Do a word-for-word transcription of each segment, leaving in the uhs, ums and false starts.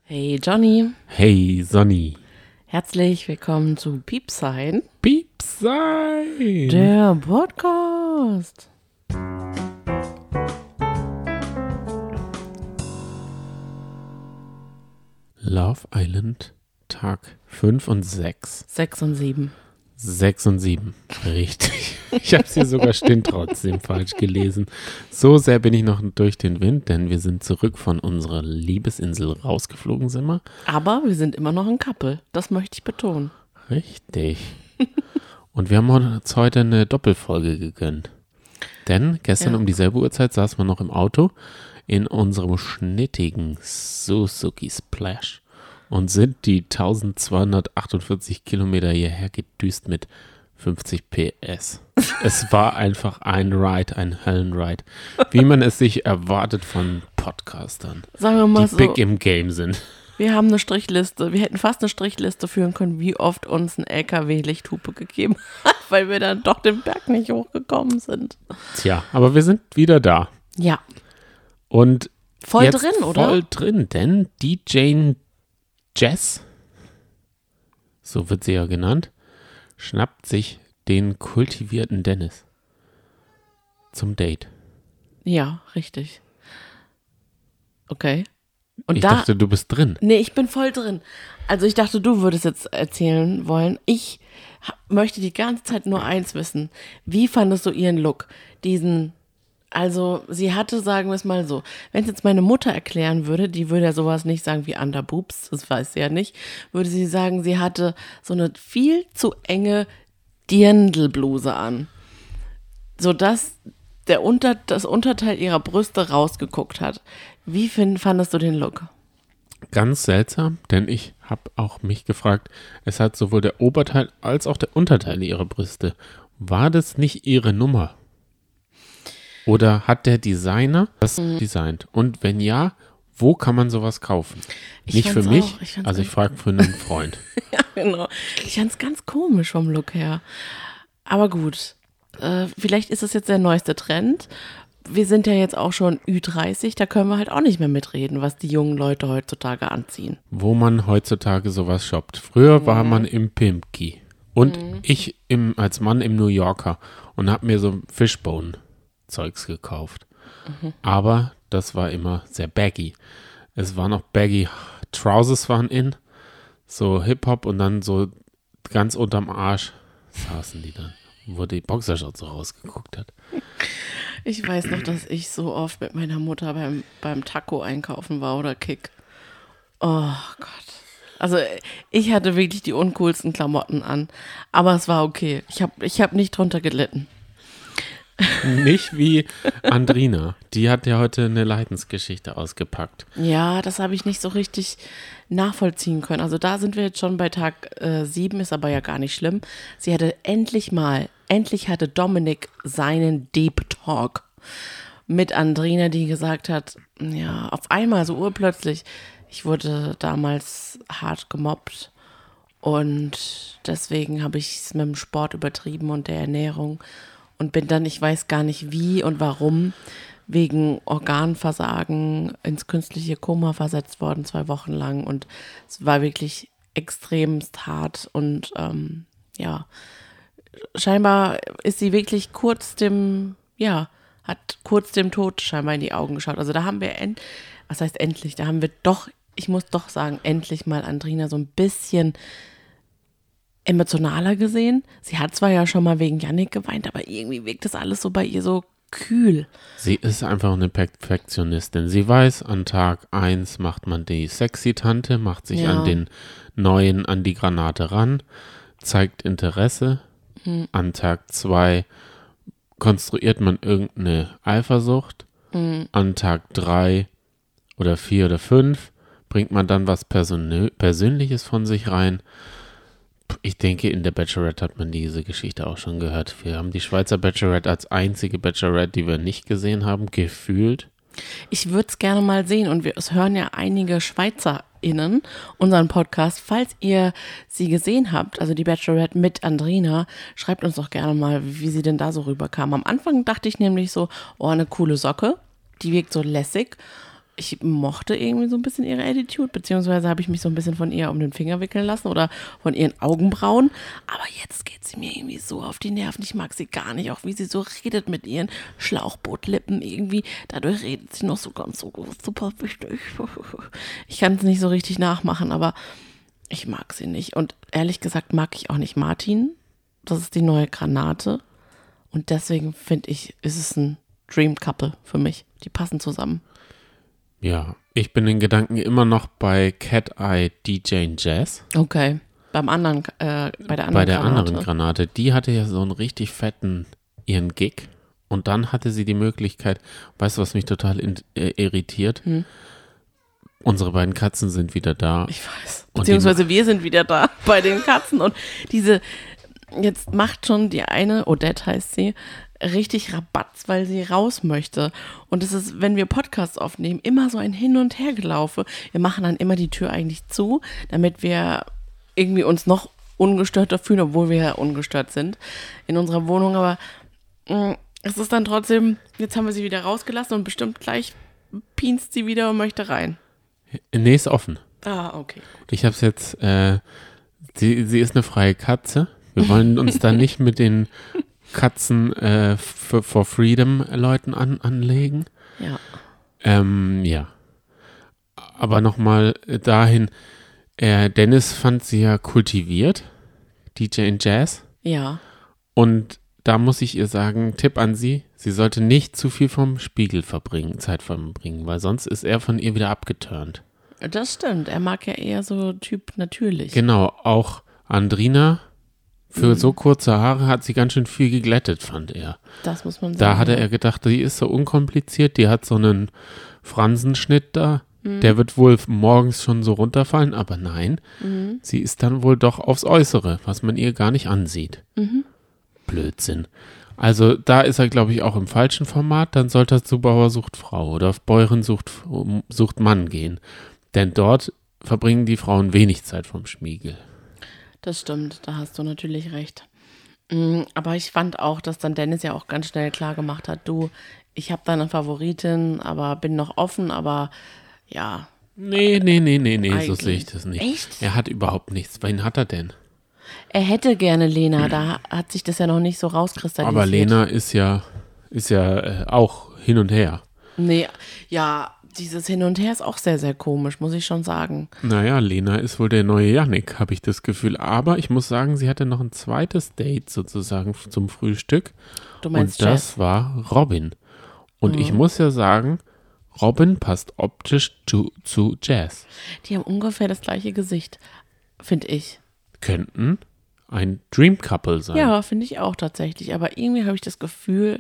Hey Johnny. Hey Sonny. Herzlich willkommen zu Piepsein. Piepsein. Der Podcast. Love Island, Tag fünf und sechs. sechs und sieben. sechs und sieben, richtig. Ich habe sie sogar stehen trotzdem falsch gelesen. So sehr bin ich noch durch den Wind, denn wir sind zurück von unserer Liebesinsel rausgeflogen, sind wir. Aber wir sind immer noch ein Couple, das möchte ich betonen. Richtig. Und wir haben uns heute eine Doppelfolge gegönnt. Denn gestern Ja. um dieselbe Uhrzeit saßen wir noch im Auto in unserem schnittigen Suzuki Splash und sind die eintausendzweihundertachtundvierzig Kilometer hierher gedüst mit fünfzig P S. Es war einfach ein Ride, ein Höllenride, wie man es sich erwartet von Podcastern, Sagen wir mal die so, big im Game sind. wir haben eine Strichliste, wir hätten fast eine Strichliste führen können, wie oft uns ein L K W Lichthupe gegeben hat, weil wir dann doch den Berg nicht hochgekommen sind. Tja, aber wir sind wieder da. Ja, Und voll jetzt drin, oder? Voll drin, denn die Jane Jess, so wird sie ja genannt, schnappt sich den kultivierten Dennis zum Date. Ja, richtig. Okay. Und Ich da, dachte, du bist drin. nee, ich bin voll drin. Also ich dachte, du würdest jetzt erzählen wollen. Ich ha- möchte die ganze Zeit nur eins wissen. Wie fandest du ihren Look? Diesen, also sie hatte, sagen wir es mal so, wenn es jetzt meine Mutter erklären würde, die würde ja sowas nicht sagen wie Underboobs, das weiß sie ja nicht, würde sie sagen, sie hatte so eine viel zu enge Dirndlbluse an, sodass der Unter, das Unterteil ihrer Brüste rausgeguckt hat. Wie find, fandest du den Look? Ganz seltsam, denn ich habe auch mich gefragt, es hat sowohl der Oberteil als auch der Unterteil ihrer Brüste. War das nicht ihre Nummer? Oder hat der Designer das Mhm. designt? Und wenn ja, wo kann man sowas kaufen? Ich Nicht für fand's mich, auch, ich fand's also ich auch. frage für einen Freund. Ja, genau. Ich fand es ganz komisch vom Look her. Aber gut, äh, vielleicht ist es jetzt der neueste Trend. Wir sind ja jetzt auch schon Ü dreißig, da können wir halt auch nicht mehr mitreden, was die jungen Leute heutzutage anziehen. Wo man heutzutage sowas shoppt. Früher war man im Pimki und ich im, als Mann im New Yorker und habe mir so Fishbone-Zeugs gekauft. Aber das war immer sehr baggy. Es war noch baggy, Trousers waren in, so Hip-Hop und dann so ganz unterm Arsch saßen die dann, wo die Boxershorts so rausgeguckt hat. Ich weiß noch, dass ich so oft mit meiner Mutter beim, beim Taco einkaufen war oder Kick. Oh Gott. Also ich hatte wirklich die uncoolsten Klamotten an, aber es war okay. Ich habe ich hab nicht drunter gelitten. Nicht wie Andrina. Die hat ja heute eine Leidensgeschichte ausgepackt. Ja, das habe ich nicht so richtig nachvollziehen können. Also da sind wir jetzt schon bei Tag äh, sieben, ist aber ja gar nicht schlimm. Sie hatte endlich mal, endlich hatte Dominik seinen Deep Talk mit Andrina, die gesagt hat, ja, auf einmal, so urplötzlich, ich wurde damals hart gemobbt und deswegen habe ich es mit dem Sport übertrieben und der Ernährung und bin dann, ich weiß gar nicht wie und warum, wegen Organversagen ins künstliche Koma versetzt worden, zwei Wochen lang. Und es war wirklich extremst hart. Und ähm, ja, scheinbar ist sie wirklich kurz dem, ja, hat kurz dem Tod scheinbar in die Augen geschaut. Also da haben wir, end, was heißt endlich, da haben wir doch, ich muss doch sagen, endlich mal Andrina so ein bisschen emotionaler gesehen. Sie hat zwar ja schon mal wegen Yannick geweint, aber irgendwie wirkt das alles so bei ihr so kühl. Sie ist einfach eine Perfektionistin. Sie weiß, an Tag eins macht man die Sexy-Tante, macht sich Ja. an den neuen, an die Granate ran, zeigt Interesse. Mhm. An Tag zwei konstruiert man irgendeine Eifersucht. Mhm. An Tag drei oder vier oder fünf bringt man dann was Persönö- Persönliches von sich rein. Ich denke, in der Bachelorette hat man diese Geschichte auch schon gehört. Wir haben die Schweizer Bachelorette als einzige Bachelorette, die wir nicht gesehen haben, gefühlt. Ich würde es gerne mal sehen und wir, es hören ja einige SchweizerInnen unseren Podcast. Falls ihr sie gesehen habt, also die Bachelorette mit Andrina, schreibt uns doch gerne mal, wie sie denn da so rüberkam. Am Anfang dachte ich nämlich so, oh, eine coole Socke, die wirkt so lässig. ich mochte irgendwie so ein bisschen ihre Attitude, beziehungsweise habe ich mich so ein bisschen von ihr um den Finger wickeln lassen oder von ihren Augenbrauen. Aber jetzt geht sie mir irgendwie so auf die Nerven. Ich mag sie gar nicht, auch wie sie so redet mit ihren Schlauchbootlippen irgendwie. Dadurch redet sie noch so ganz so super wichtig. Ich kann es nicht so richtig nachmachen, aber ich mag sie nicht. Und ehrlich gesagt mag ich auch nicht Martin. Das ist die neue Granate. Und deswegen finde ich, ist es ein Dream Couple für mich. Die passen zusammen. Ja, ich bin in Gedanken immer noch bei Cat Eye D J Jazz. Okay, beim anderen, äh, bei der anderen Bei der Granate. anderen Granate. Die hatte ja so einen richtig fetten, ihren Gig. Und dann hatte sie die Möglichkeit, weißt du, was mich total in, äh, irritiert? Hm. Unsere beiden Katzen sind wieder da. Ich weiß. Beziehungsweise die, wir sind wieder da bei den Katzen. Und diese, jetzt macht schon die eine, Odette heißt sie, richtig Rabatz, weil sie raus möchte. Und es ist, wenn wir Podcasts aufnehmen, immer so ein Hin- und Hergelaufe. Wir machen dann immer die Tür eigentlich zu, damit wir irgendwie uns noch ungestörter fühlen, obwohl wir ja ungestört sind in unserer Wohnung. Aber mh, es ist dann trotzdem, jetzt haben wir sie wieder rausgelassen und bestimmt gleich pinst sie wieder und möchte rein. Nee, ist offen. Ah, okay. Gut. Ich habe es jetzt, äh, sie, sie ist eine freie Katze. Wir wollen uns da nicht mit den Katzen äh, for, for Freedom Leuten an, anlegen. Ja. Ähm, ja. Aber nochmal dahin, äh, Dennis fand sie ja kultiviert, D J Jazz. Ja. Und da muss ich ihr sagen, Tipp an sie, sie sollte nicht zu viel vom Spiegel verbringen, Zeit verbringen, weil sonst ist er von ihr wieder abgeturnt. Das stimmt, er mag ja eher so Typ natürlich. Genau, auch Andrina. Für so kurze Haare hat sie ganz schön viel geglättet, fand er. Das muss man sagen. Da hatte er gedacht, die ist so unkompliziert, die hat so einen Fransenschnitt da, mhm. der wird wohl morgens schon so runterfallen, aber nein, mhm. sie ist dann wohl doch aufs Äußere, was man ihr gar nicht ansieht. Mhm. Blödsinn. Also da ist er, glaube ich, auch im falschen Format, dann sollte er zu Bauer sucht Frau oder auf Bäuerin sucht, sucht Mann gehen, denn dort verbringen die Frauen wenig Zeit vom Spiegel. Das stimmt, da hast du natürlich recht. Aber ich fand auch, dass dann Dennis ja auch ganz schnell klar gemacht hat, du, ich habe da eine Favoritin, aber bin noch offen, aber ja. Nee, nee, nee, nee, nee, eigentlich. So sehe ich das nicht. Echt? Er hat überhaupt nichts. Wen hat er denn? Er hätte gerne Lena, da hat sich das ja noch nicht so rauskristallisiert. Aber Lena ist ja, ist ja äh, auch hin und her. Nee, ja, dieses Hin und Her ist auch sehr, sehr komisch, muss ich schon sagen. Naja, Lena ist wohl der neue Yannick, habe ich das Gefühl. Aber ich muss sagen, sie hatte noch ein zweites Date sozusagen zum Frühstück. Du meinst Und das Jazz? war Robin. Und Mhm. ich muss ja sagen, Robin passt optisch zu, zu Jazz. Die haben ungefähr das gleiche Gesicht, finde ich. Könnten ein Dream Couple sein. Ja, finde ich auch tatsächlich. Aber irgendwie habe ich das Gefühl,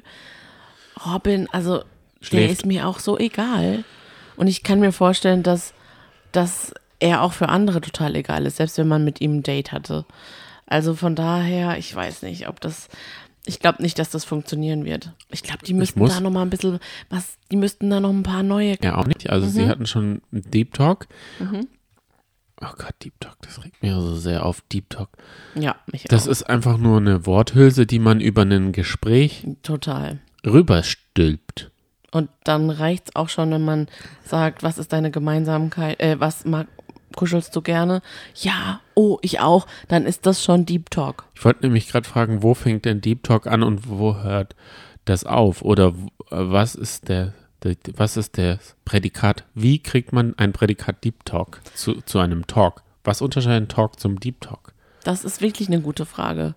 Robin, also Schläft. Der ist mir auch so egal. Und ich kann mir vorstellen, dass, dass er auch für andere total egal ist, selbst wenn man mit ihm ein Date hatte. Also von daher, ich weiß nicht, ob das, ich glaube nicht, dass das funktionieren wird. Ich glaube, die müssten muss- da noch mal ein bisschen, was, die müssten da noch ein paar neue. Ja, auch nicht. Also Mhm. sie hatten schon einen Deep Talk. Mhm. Oh Gott, Deep Talk, das regt mich ja so sehr auf, Deep Talk. Ja, mich Das auch. ist einfach nur eine Worthülse, die man über ein Gespräch Total. rüberstülpt. Und dann reicht es auch schon, wenn man sagt, was ist deine Gemeinsamkeit, äh, was mag, kuschelst du gerne? Ja, oh, ich auch. Dann ist das schon Deep Talk. Ich wollte nämlich gerade fragen, wo fängt denn Deep Talk an und wo hört das auf? Oder w- was ist der, der was ist der Prädikat? Wie kriegt man ein Prädikat Deep Talk zu, zu einem Talk? Was unterscheidet ein Talk zum Deep Talk? Das ist wirklich eine gute Frage.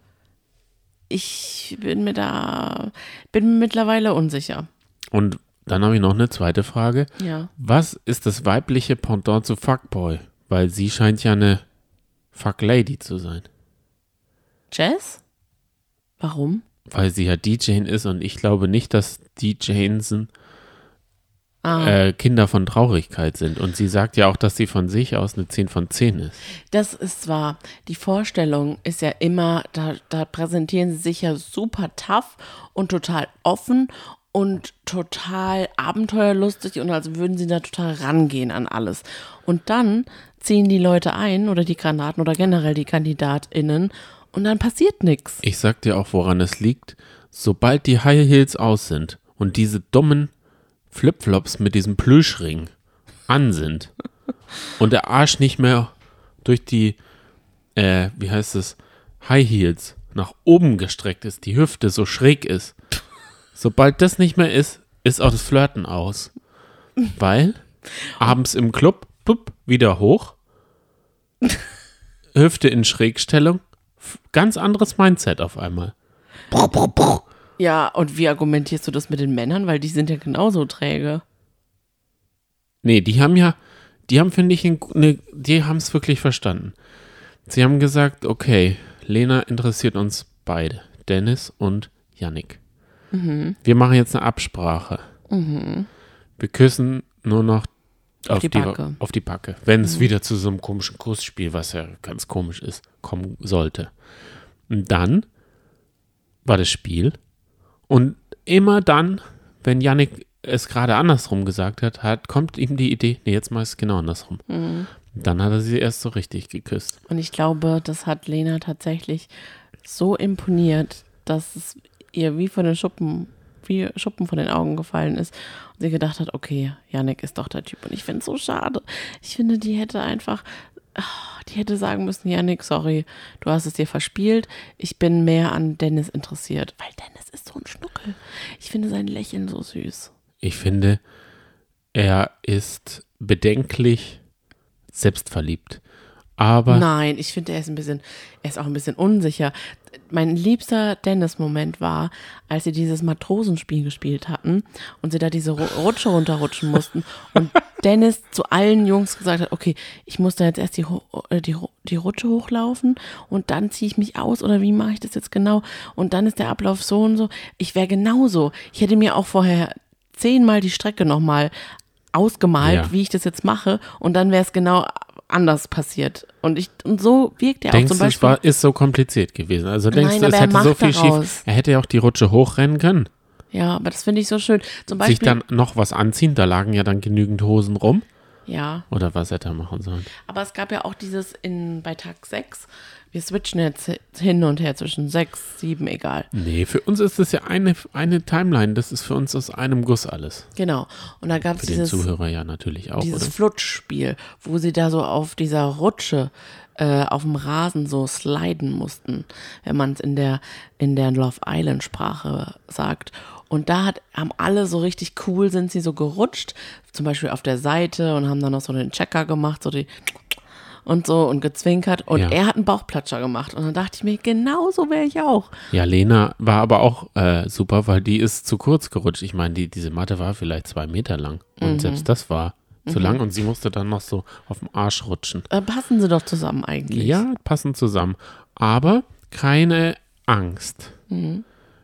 Ich bin mir da, bin mir mittlerweile unsicher. Und dann habe ich noch eine zweite Frage. Ja. Was ist das weibliche Pendant zu Fuckboy? Weil sie scheint ja eine Fucklady zu sein. Jazz? Warum? Weil sie ja D J ist und ich glaube nicht, dass D Js Ah, äh, Kinder von Traurigkeit sind. Und sie sagt ja auch, dass sie von sich aus eine zehn von zehn ist. das ist wahr. Die Vorstellung ist ja immer, da, da präsentieren sie sich ja super tough und total offen und total abenteuerlustig und als würden sie da total rangehen an alles. Und dann ziehen die Leute ein oder die Granaten oder generell die KandidatInnen und dann passiert nichts. Ich sag dir auch, woran es liegt. Sobald die High Heels aus sind und diese dummen Flipflops mit diesem Plüschring an sind und der Arsch nicht mehr durch die, äh, wie heißt es, High Heels nach oben gestreckt ist, die Hüfte so schräg ist, sobald das nicht mehr ist, ist auch das Flirten aus. Weil abends im Club, plupp, wieder hoch, Hüfte in Schrägstellung, ganz anderes Mindset auf einmal. Ja, und wie argumentierst du das mit den Männern? Weil die sind ja genauso träge. Nee, die haben ja, die haben, finde ich, eine, die haben es wirklich verstanden. Sie haben gesagt, okay, Lena interessiert uns beide, Dennis und Yannick. Mhm. Wir machen jetzt eine Absprache. Mhm. Wir küssen nur noch auf, auf die, die Backe. Auf die Backe. Wenn mhm. es wieder zu so einem komischen Kussspiel, was ja ganz komisch ist, kommen sollte. Und dann war das Spiel. Und immer dann, wenn Yannick es gerade andersrum gesagt hat, hat, kommt ihm die Idee, nee, jetzt mal ist es genau andersrum. Mhm. Dann hat er sie erst so richtig geküsst. Und ich glaube, das hat Lena tatsächlich so imponiert, dass es ihr wie von den Schuppen, wie Schuppen von den Augen gefallen ist. Und sie gedacht hat, okay, Yannick ist doch der Typ. Und ich finde es so schade. Ich finde, die hätte einfach, die hätte sagen müssen, Yannick, sorry, du hast es dir verspielt. Ich bin mehr an Dennis interessiert. Weil Dennis ist so ein Schnuckel. Ich finde sein Lächeln so süß. Ich finde, er ist bedenklich selbstverliebt. Aber nein, ich finde, er ist ein bisschen, er ist auch ein bisschen unsicher. Mein liebster Dennis-Moment war, als sie dieses Matrosenspiel gespielt hatten und sie da diese Rutsche runterrutschen mussten und Dennis zu allen Jungs gesagt hat, okay, ich muss da jetzt erst die, die, die Rutsche hochlaufen und dann ziehe ich mich aus oder wie mache ich das jetzt genau? Und dann ist der Ablauf so und so. Ich wäre genauso. Ich hätte mir auch vorher zehnmal die Strecke nochmal ausgemalt, ja. wie ich das jetzt mache und dann wäre es genau anders passiert. Und ich und so wirkt er denkst auch zum Beispiel. Denkst du, es ist so kompliziert gewesen? Also denkst Nein, du, es hätte so viel daraus. schief, er hätte ja auch die Rutsche hochrennen können. Ja, aber das finde ich so schön. Zum Beispiel, sich dann noch was anziehen, da lagen ja dann genügend Hosen rum. Ja. Oder was hätte er machen sollen? Aber es gab ja auch dieses in bei Tag sechs, wir switchen jetzt hin und her zwischen sechs, sieben, egal. Nee, für uns ist das ja eine, eine Timeline, das ist für uns aus einem Guss alles. Genau. Und da gab es dieses, für den Zuhörer ja natürlich auch, dieses oder? Flutschspiel, wo sie da so auf dieser Rutsche äh, auf dem Rasen so sliden mussten, wenn man es in der, in der Love Island Sprache sagt. Und da hat, haben alle so richtig cool, sind sie so gerutscht, zum Beispiel auf der Seite und haben dann noch so den Checker gemacht, so die und so und gezwinkert und ja. er hat einen Bauchplatscher gemacht und dann dachte ich mir, genau so wäre ich auch. Ja, Lena war aber auch äh, super, weil die ist zu kurz gerutscht. Ich meine, die, diese Matte war vielleicht zwei Meter lang und mhm. selbst das war mhm. zu lang und sie musste dann noch so auf dem Arsch rutschen. Äh, passen sie doch zusammen eigentlich. Ja, passen zusammen, aber keine Angst. Mhm.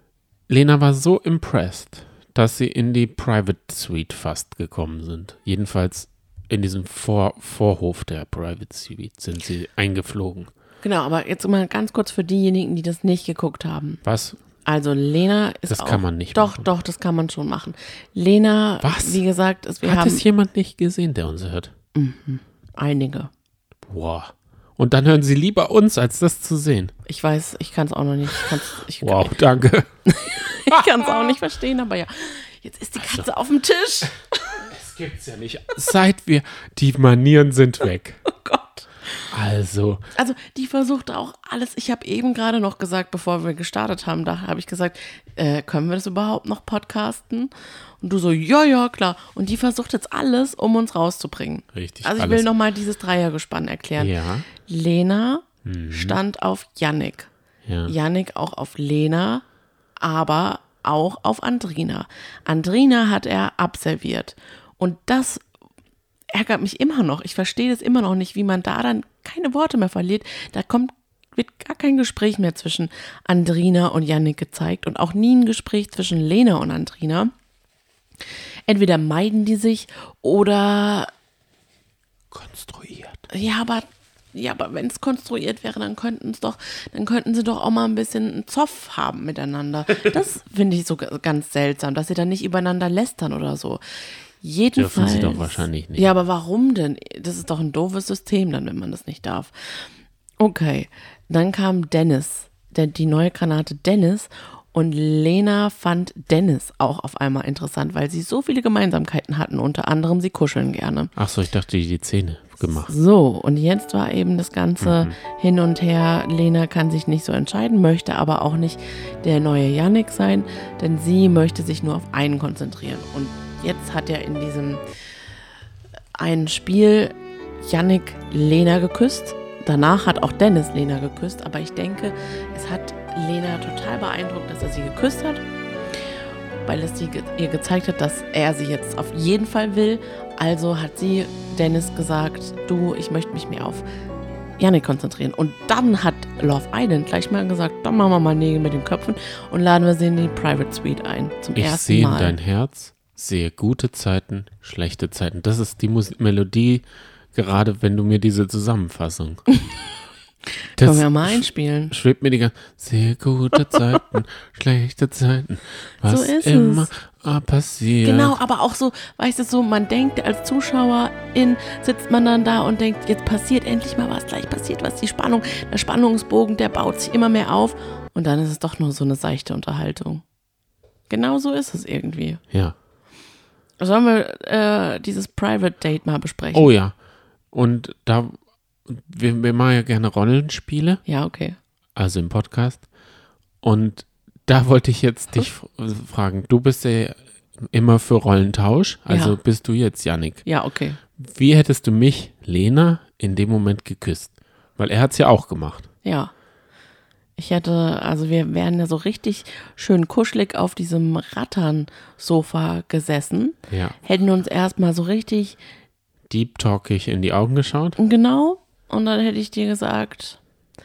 Lena war so impressed, dass sie in die Private Suite fast gekommen sind. Jedenfalls in diesem Vor- Vorhof der Private Suite sind sie eingeflogen. Genau, aber jetzt mal ganz kurz für diejenigen, die das nicht geguckt haben. Was? Also Lena ist Das auch, kann man nicht Doch, machen. doch, das kann man schon machen. Lena, Was? wie gesagt, ist, wir Hat haben... es jemand nicht gesehen, der uns hört? Mhm, einige. Wow. Und dann hören sie lieber uns, als das zu sehen. Ich weiß, ich kann es auch noch nicht. Ich kann's, ich kann, wow, danke. ich kann es auch nicht verstehen, aber ja. Jetzt ist die Katze also, auf dem Tisch. Das gibt's ja nicht. Seit wir, die Manieren sind weg. Oh Gott. Also. Also die versucht auch alles. Ich habe eben gerade noch gesagt, bevor wir gestartet haben, da habe ich gesagt, äh, können wir das überhaupt noch podcasten? Und du so, ja, ja, klar. Und die versucht jetzt alles, um uns rauszubringen. Richtig. Also ich alles. will nochmal dieses Dreiergespann erklären. Ja. Lena mhm. stand auf Yannick. Ja. Yannick auch auf Lena, aber auch auf Andrina. Andrina hat er abserviert. Und das ärgert mich immer noch. Ich verstehe das immer noch nicht, wie man da dann keine Worte mehr verliert. Da kommt, wird gar kein Gespräch mehr zwischen Andrina und Yannick gezeigt und auch nie ein Gespräch zwischen Lena und Andrina. Entweder meiden die sich oder konstruiert. Ja, aber Ja, aber wenn es konstruiert wäre, dann könnten es doch, dann könnten sie doch auch mal ein bisschen einen Zoff haben miteinander. Das finde ich so ganz seltsam, dass sie dann nicht übereinander lästern oder so. Jedenfalls. Dürfen sie doch wahrscheinlich nicht. Ja, aber warum denn? Das ist doch ein doofes System dann, wenn man das nicht darf. Okay, dann kam Dennis, der, die neue Granate Dennis Und Lena fand Dennis auch auf einmal interessant, weil sie so viele Gemeinsamkeiten hatten. Unter anderem, sie kuscheln gerne. Ach so, ich dachte, die die Zähne gemacht. So, und jetzt war eben das Ganze mhm. hin und her. Lena kann sich nicht so entscheiden, möchte aber auch nicht der neue Yannick sein, denn sie möchte sich nur auf einen konzentrieren. Und jetzt hat er in diesem einen Spiel Yannick Lena geküsst. Danach hat auch Dennis Lena geküsst, aber ich denke, es hat Lena total beeindruckt, dass er sie geküsst hat, weil es sie, ihr gezeigt hat, dass er sie jetzt auf jeden Fall will. Also hat sie Dennis gesagt, du, ich möchte mich mehr auf Yannick konzentrieren. Und dann hat Love Island gleich mal gesagt, dann machen wir mal Nägel mit den Köpfen und laden wir sie in die Private Suite ein, zum ich ersten Mal. Ich sehe in dein Herz, sehe gute Zeiten, schlechte Zeiten. Das ist die Mus- Melodie, gerade wenn du mir diese Zusammenfassung... Das können wir mal einspielen. Schwebt mir die ganze sehr gute Zeiten, schlechte Zeiten, was so ist immer es. passiert. Genau, aber auch so, weißt du, so, man denkt, als Zuschauerin sitzt man dann da und denkt, jetzt passiert endlich mal was, gleich passiert was, die Spannung, der Spannungsbogen, der baut sich immer mehr auf und dann ist es doch nur so eine seichte Unterhaltung. Genau so ist es irgendwie. Ja. Sollen wir äh, dieses Private Date mal besprechen? Oh ja, und da... Wir, wir machen ja gerne Rollenspiele. Ja, okay. Also im Podcast. Und da wollte ich jetzt dich f- fragen. Du bist ja immer für Rollentausch. Also ja. bist du jetzt Yannick. Ja, okay. Wie hättest du mich, Lena, in dem Moment geküsst? Weil er hat es ja auch gemacht. Ja. Ich hätte, also wir wären ja so richtig schön kuschelig auf diesem Rattern-Sofa gesessen. Ja. Hätten uns erstmal so richtig... Deep talkig in die Augen geschaut. Genau. Und dann hätte ich dir gesagt,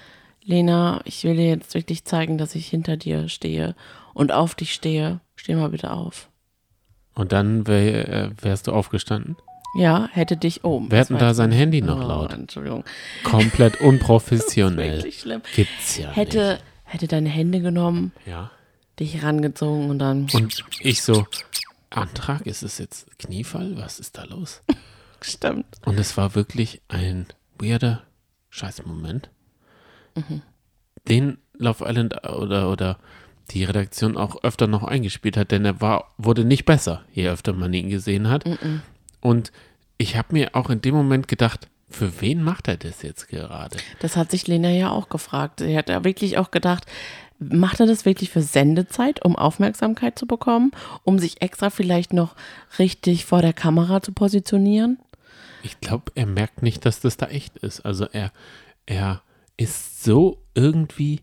Lena, ich will dir jetzt wirklich zeigen, dass ich hinter dir stehe und auf dich stehe. Steh mal bitte auf. Und dann wär, äh, wärst du aufgestanden? Ja, hätte dich oben. Oh, wir hatten da sein Handy noch oh, laut. Entschuldigung. Komplett unprofessionell. Das ist wirklich schlimm. Gibt's ja hätte, nicht. Hätte deine Hände genommen, ja. dich rangezogen und dann... Und ich so, Antrag, ist es jetzt Kniefall? Was ist da los? Stimmt. Und es war wirklich ein weirder Scheißmoment, mhm. den Love Island oder, oder die Redaktion auch öfter noch eingespielt hat, denn er war, wurde nicht besser, je öfter man ihn gesehen hat. Mhm. Und ich habe mir auch in dem Moment gedacht, für wen macht er das jetzt gerade? Das hat sich Lena ja auch gefragt. Sie hat ja wirklich auch gedacht, macht er das wirklich für Sendezeit, um Aufmerksamkeit zu bekommen, um sich extra vielleicht noch richtig vor der Kamera zu positionieren? Ich glaube, er merkt nicht, dass das da echt ist. Also er, er ist so irgendwie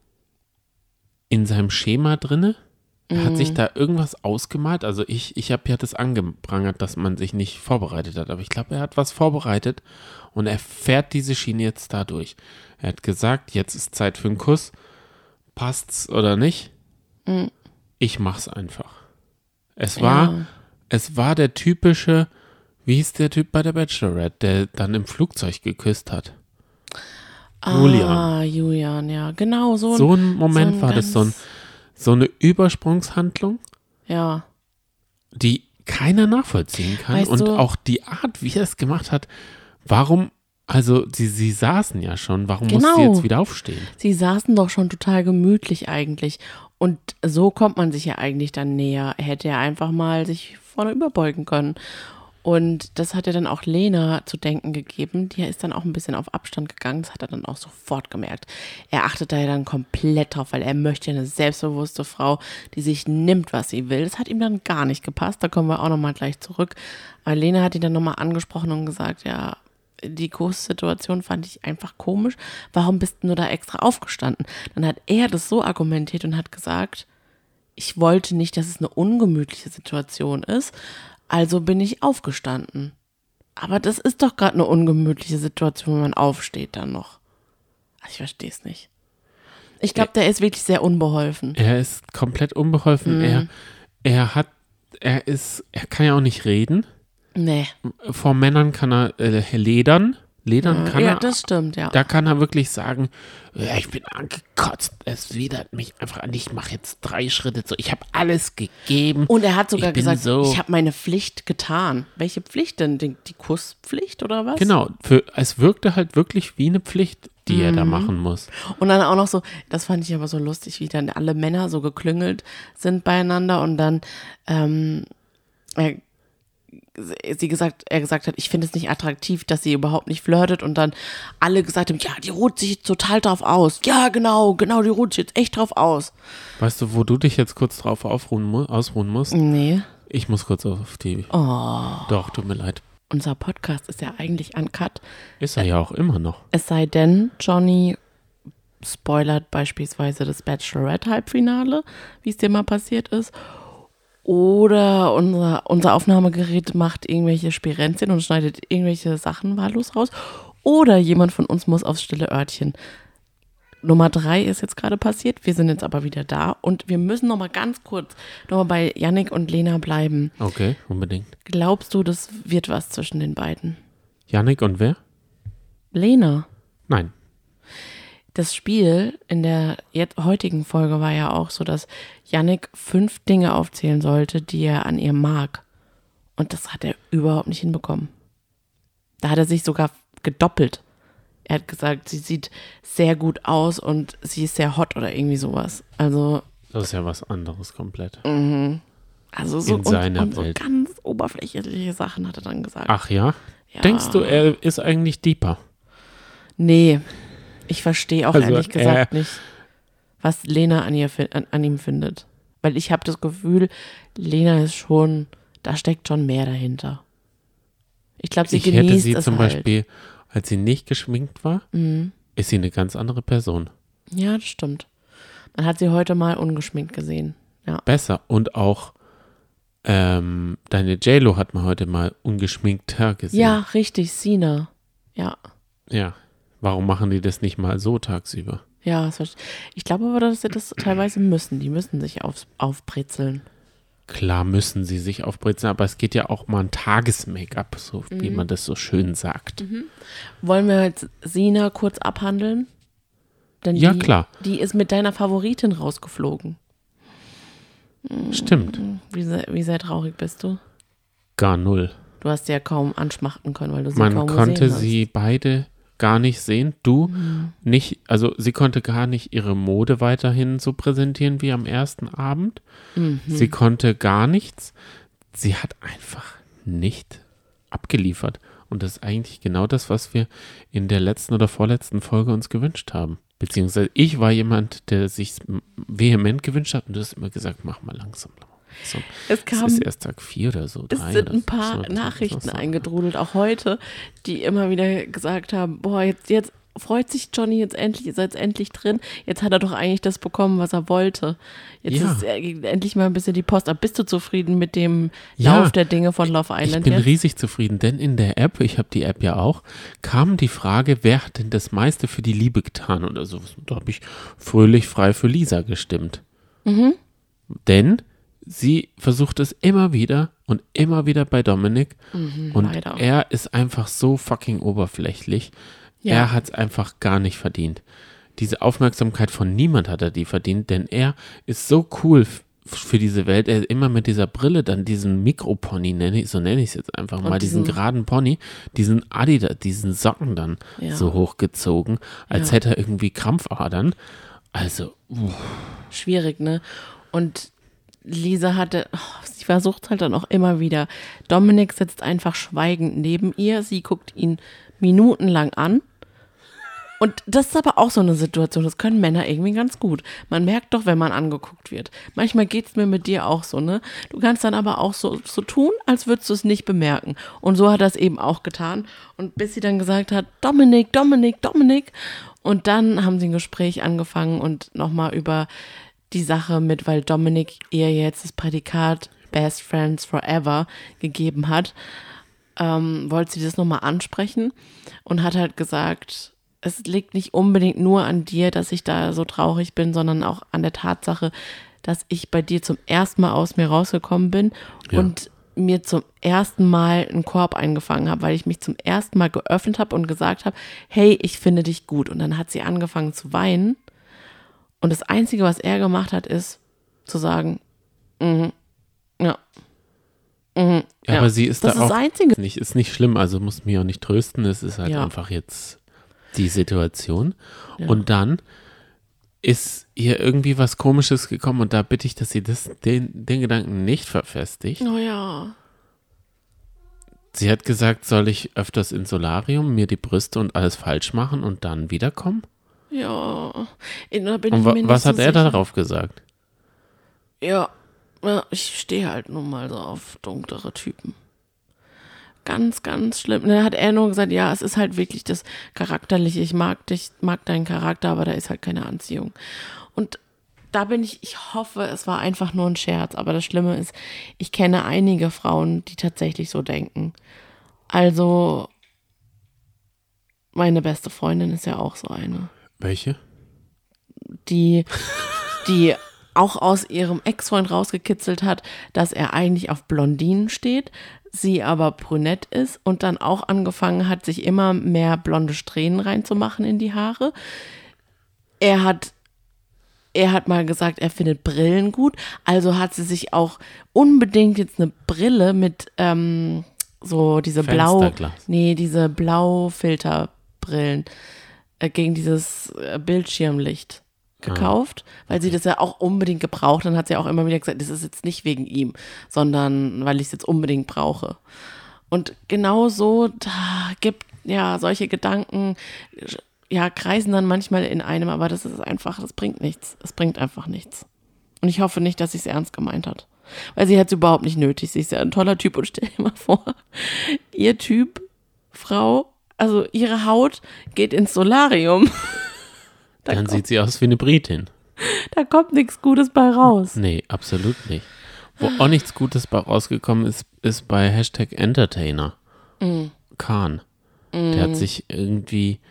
in seinem Schema drinne. Er mm. hat sich da irgendwas ausgemalt. Also ich, ich habe ja das angeprangert, dass man sich nicht vorbereitet hat. Aber ich glaube, er hat was vorbereitet und er fährt diese Schiene jetzt da durch. Er hat gesagt, jetzt ist Zeit für einen Kuss. Passt's oder nicht? Mm. Ich mach's einfach. Es war, ja. es war der typische... Wie hieß der Typ bei der Bachelorette, der dann im Flugzeug geküsst hat? Ah, Julian. Julian, ja, genau. So ein, so ein Moment so ein war das, so, ein, so eine Übersprungshandlung, ja, die keiner nachvollziehen kann. Weißt und du, auch die Art, wie er es gemacht hat, warum, also sie, sie saßen ja schon, warum genau. muss sie jetzt wieder aufstehen? Sie saßen doch schon total gemütlich eigentlich. Und so kommt man sich ja eigentlich dann näher. Er hätte ja einfach mal sich vorne überbeugen können. Und das hat ja dann auch Lena zu denken gegeben. Die ist dann auch ein bisschen auf Abstand gegangen. Das hat er dann auch sofort gemerkt. Er achtet da ja dann komplett drauf, weil er möchte ja eine selbstbewusste Frau, die sich nimmt, was sie will. Das hat ihm dann gar nicht gepasst. Da kommen wir auch nochmal gleich zurück. Aber Lena hat ihn dann nochmal angesprochen und gesagt, ja, die Kurssituation fand ich einfach komisch. Warum bist du nur da extra aufgestanden? Dann hat er das so argumentiert und hat gesagt, ich wollte nicht, dass es eine ungemütliche Situation ist. Also bin ich aufgestanden. Aber das ist doch gerade eine ungemütliche Situation, wenn man aufsteht dann noch. Also ich verstehe es nicht. Ich glaube, der ist wirklich sehr unbeholfen. Er ist komplett unbeholfen. Mhm. Er, er hat, er ist, er kann ja auch nicht reden. Nee. Vor Männern kann er äh, ledern. Ledern ja, kann ja, er. Ja, das stimmt, ja. Da kann er wirklich sagen, ja, ich bin angekotzt, es widert mich einfach an, ich mache jetzt drei Schritte so, ich habe alles gegeben. Und er hat sogar gesagt, so ich habe meine Pflicht getan. Welche Pflicht denn? Die, die Kusspflicht oder was? Genau, für, es wirkte halt wirklich wie eine Pflicht, die mhm. er da machen muss. Und dann auch noch so, das fand ich aber so lustig, wie dann alle Männer so geklüngelt sind beieinander und dann ähm, er, sie gesagt, er gesagt hat, ich finde es nicht attraktiv, dass sie überhaupt nicht flirtet und dann alle gesagt haben, ja, die ruht sich total drauf aus. Ja, genau, genau, die ruht sich jetzt echt drauf aus. Weißt du, wo du dich jetzt kurz drauf aufruhen mu- ausruhen musst? Nee. Ich muss kurz auf die... Oh. Doch, tut mir leid. Unser Podcast ist ja eigentlich uncut. Ist er ja auch immer noch. Es sei denn, Johnny spoilert beispielsweise das Bachelorette-Halbfinale, wie es dir mal passiert ist. Oder unser, unser Aufnahmegerät macht irgendwelche Spirenzien und schneidet irgendwelche Sachen wahllos raus. Oder jemand von uns muss aufs stille Örtchen. Nummer drei ist jetzt gerade passiert. Wir sind jetzt aber wieder da. Und wir müssen noch mal ganz kurz noch mal bei Yannick und Lena bleiben. Okay, unbedingt. Glaubst du, das wird was zwischen den beiden? Yannick und wer? Lena. Nein. Das Spiel in der jetzt heutigen Folge war ja auch so, dass Yannick fünf Dinge aufzählen sollte, die er an ihr mag. Und das hat er überhaupt nicht hinbekommen. Da hat er sich sogar gedoppelt. Er hat gesagt, sie sieht sehr gut aus und sie ist sehr hot oder irgendwie sowas. Also das ist ja was anderes komplett. Mhm. Also so, in seiner und, und so Welt. ganz oberflächliche Sachen hat er dann gesagt. Ach ja? Ja. Denkst du, er ist eigentlich deeper? Nee, ich verstehe auch Also ehrlich gesagt er, nicht, was Lena an, ihr, an, an ihm findet. Weil ich habe das Gefühl, Lena ist schon, da steckt schon mehr dahinter. Ich glaube, sie ich genießt hätte sie es zum halt. Beispiel, als sie nicht geschminkt war, Mhm. ist sie eine ganz andere Person. Ja, das stimmt. Man hat sie heute mal ungeschminkt gesehen. Ja. Besser. Und auch ähm, deine J-Lo hat man heute mal ungeschminkter gesehen. Ja, richtig, Sina. Ja. Ja. Warum machen die das nicht mal so tagsüber? Ja, das verste- ich glaube aber, dass sie das teilweise müssen. Die müssen sich auf, aufbrezeln. Klar müssen sie sich aufbrezeln, aber es geht ja auch mal ein Tages-Make-up, so Mhm. wie man das so schön sagt. Mhm. Wollen wir jetzt Sina kurz abhandeln? Denn Ja, die, klar. Die ist mit deiner Favoritin rausgeflogen. Stimmt. Wie sehr, wie sehr traurig bist du? Gar null. Du hast sie ja kaum anschmachten können, weil du sie Man kaum konnte gesehen hast. sie beide gar nicht sehen. Du Mhm. nicht, also sie konnte gar nicht ihre Mode weiterhin so präsentieren wie am ersten Abend. Mhm. Sie konnte gar nichts. Sie hat einfach nicht abgeliefert. Und das ist eigentlich genau das, was wir in der letzten oder vorletzten Folge uns gewünscht haben. Beziehungsweise ich war jemand, der sich vehement gewünscht hat und du hast immer gesagt, mach mal langsam. So, Es kam, es ist erst Tag vier oder so. es drei sind oder ein paar so, so, Nachrichten so, so. eingedrudelt, auch heute, die immer wieder gesagt haben, boah, jetzt, jetzt freut sich Johnny jetzt endlich, ihr seid endlich drin. Jetzt hat er doch eigentlich das bekommen, was er wollte. Jetzt Ja. ist er endlich mal ein bisschen die Post. Aber bist du zufrieden mit dem Ja, Lauf der Dinge von Love Island Ich bin jetzt? riesig zufrieden, denn in der App, ich habe die App ja auch, kam die Frage, wer hat denn das meiste für die Liebe getan oder so. Da habe ich fröhlich frei für Lisa gestimmt. Mhm. Denn sie versucht es immer wieder und immer wieder bei Dominik Mhm, und leider. er ist einfach so fucking oberflächlich. Ja. Er hat es einfach gar nicht verdient. Diese Aufmerksamkeit von niemand hat er die verdient, denn er ist so cool f- für diese Welt. Er immer mit dieser Brille, dann diesen Mikropony, nenne ich, so nenne ich es jetzt einfach Und mal, diesen, diesen- geraden Pony, diesen Adidas, diesen Socken dann Ja. so hochgezogen, als Ja. hätte er irgendwie Krampfadern. Also, uff. Schwierig, ne? Und Lisa hatte, oh, sie versucht halt dann auch immer wieder. Dominik sitzt einfach schweigend neben ihr. Sie guckt ihn minutenlang an. Und das ist aber auch so eine Situation, das können Männer irgendwie ganz gut. Man merkt doch, wenn man angeguckt wird. Manchmal geht es mir mit dir auch so, ne? Du kannst dann aber auch so, so tun, als würdest du es nicht bemerken. Und so hat er es eben auch getan. Und bis sie dann gesagt hat, Dominik, Dominik, Dominik. Und dann haben sie ein Gespräch angefangen und nochmal über die Sache mit, weil Dominik ihr jetzt das Prädikat Best Friends Forever gegeben hat, ähm, wollte sie das nochmal ansprechen und hat halt gesagt, es liegt nicht unbedingt nur an dir, dass ich da so traurig bin, sondern auch an der Tatsache, dass ich bei dir zum ersten Mal aus mir rausgekommen bin Ja. und mir zum ersten Mal einen Korb eingefangen habe, weil ich mich zum ersten Mal geöffnet habe und gesagt habe, hey, ich finde dich gut. Und dann hat sie angefangen zu weinen. Und das Einzige, was er gemacht hat, ist zu sagen, mhm, ja, mhm, Ja, aber sie ist das da ist auch das Einzige. nicht, ist nicht schlimm, also muss mich auch nicht trösten, es ist halt Ja. einfach jetzt die Situation. Ja. Und dann ist ihr irgendwie was Komisches gekommen und da bitte ich, dass sie das, den, den Gedanken nicht verfestigt. Oh ja. Sie hat gesagt, soll ich öfters ins Solarium, mir die Brüste und alles falsch machen und dann wiederkommen? Ja. Da bin und ich wa- mir was nicht hat so er sicher. darauf gesagt? Ja. ja, ich stehe halt nun mal so auf dunklere Typen. Ganz, ganz schlimm. Dann hat er nur gesagt, ja, es ist halt wirklich das Charakterliche. Ich mag dich, mag deinen Charakter, aber da ist halt keine Anziehung. Und da bin ich, ich hoffe, es war einfach nur ein Scherz. Aber das Schlimme ist, ich kenne einige Frauen, die tatsächlich so denken. Also, meine beste Freundin ist ja auch so eine. Welche? Die, die auch aus ihrem Ex-Freund rausgekitzelt hat, dass er eigentlich auf Blondinen steht, sie aber brünett ist und dann auch angefangen hat, sich immer mehr blonde Strähnen reinzumachen in die Haare. Er hat, er hat mal gesagt, er findet Brillen gut, also hat sie sich auch unbedingt jetzt eine Brille mit ähm, so diese blau, Fensterglas. nee, diese Blaufilterbrillen äh, gegen dieses äh, Bildschirmlicht gekauft, ah, weil sie das ja auch unbedingt gebraucht. Dann hat sie auch immer wieder gesagt, das ist jetzt nicht wegen ihm, sondern weil ich es jetzt unbedingt brauche. Und genau so da gibt ja solche Gedanken, ja, kreisen dann manchmal in einem, aber das ist einfach, das bringt nichts. Es bringt einfach nichts. Und ich hoffe nicht, dass sie es ernst gemeint hat. Weil sie hat es überhaupt nicht nötig. Sie ist ja ein toller Typ und stell dir mal vor, ihr Typ, Frau, also ihre Haut geht ins Solarium. Da Dann kommt, sieht sie aus wie eine Britin. Da kommt nichts Gutes bei raus. Nee, absolut nicht. Wo auch nichts Gutes bei rausgekommen ist, ist bei Hashtag Entertainer. Mm. Khan. Mm. Der hat sich irgendwie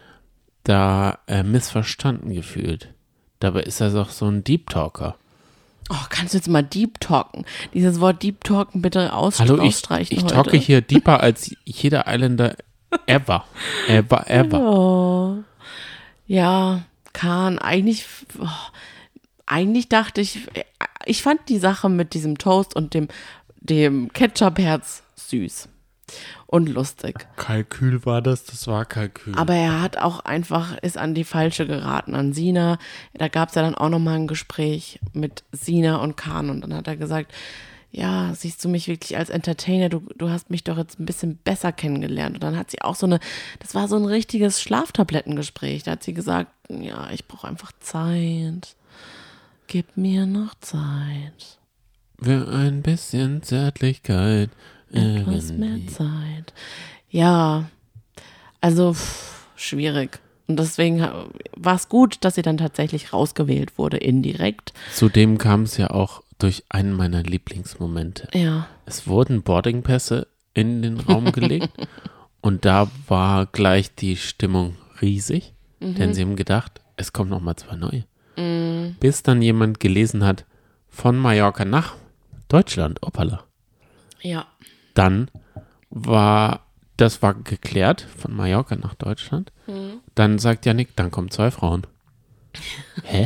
da äh, missverstanden gefühlt. Dabei ist er doch so ein Deep Talker. Oh, kannst du jetzt mal Deep Talken? Dieses Wort Deep Talken bitte aus- Hallo, ich, ausstreichen ich heute. talke hier deeper als jeder Islander ever. Ever, ever. Oh. Ja, Khan, eigentlich, oh, eigentlich dachte ich, ich fand die Sache mit diesem Toast und dem, dem Ketchup-Herz süß und lustig. Kalkül war das, das war Kalkül. Aber er hat auch einfach, ist an die falsche geraten, an Sina. Da gab es ja dann auch nochmal ein Gespräch mit Sina und Khan und dann hat er gesagt, ja, siehst du mich wirklich als Entertainer, du, du hast mich doch jetzt ein bisschen besser kennengelernt. Und dann hat sie auch so eine, das war so ein richtiges Schlaftablettengespräch. Da hat sie gesagt, ja, ich brauche einfach Zeit. Gib mir noch Zeit. Für ein bisschen Zärtlichkeit. Etwas irgendwie. mehr Zeit. Ja, also pff, schwierig. Und deswegen war es gut, dass sie dann tatsächlich rausgewählt wurde, indirekt. Zudem kam es ja auch durch einen meiner Lieblingsmomente. Ja. Es wurden Boardingpässe in den Raum gelegt und da war gleich die Stimmung riesig, mhm. denn sie haben gedacht, es kommen noch mal zwei neue. Mhm. Bis dann jemand gelesen hat, von Mallorca nach Deutschland, hoppala. Ja. Dann war, das war geklärt, von Mallorca nach Deutschland. Mhm. Dann sagt Yannick, dann kommen zwei Frauen. Hä?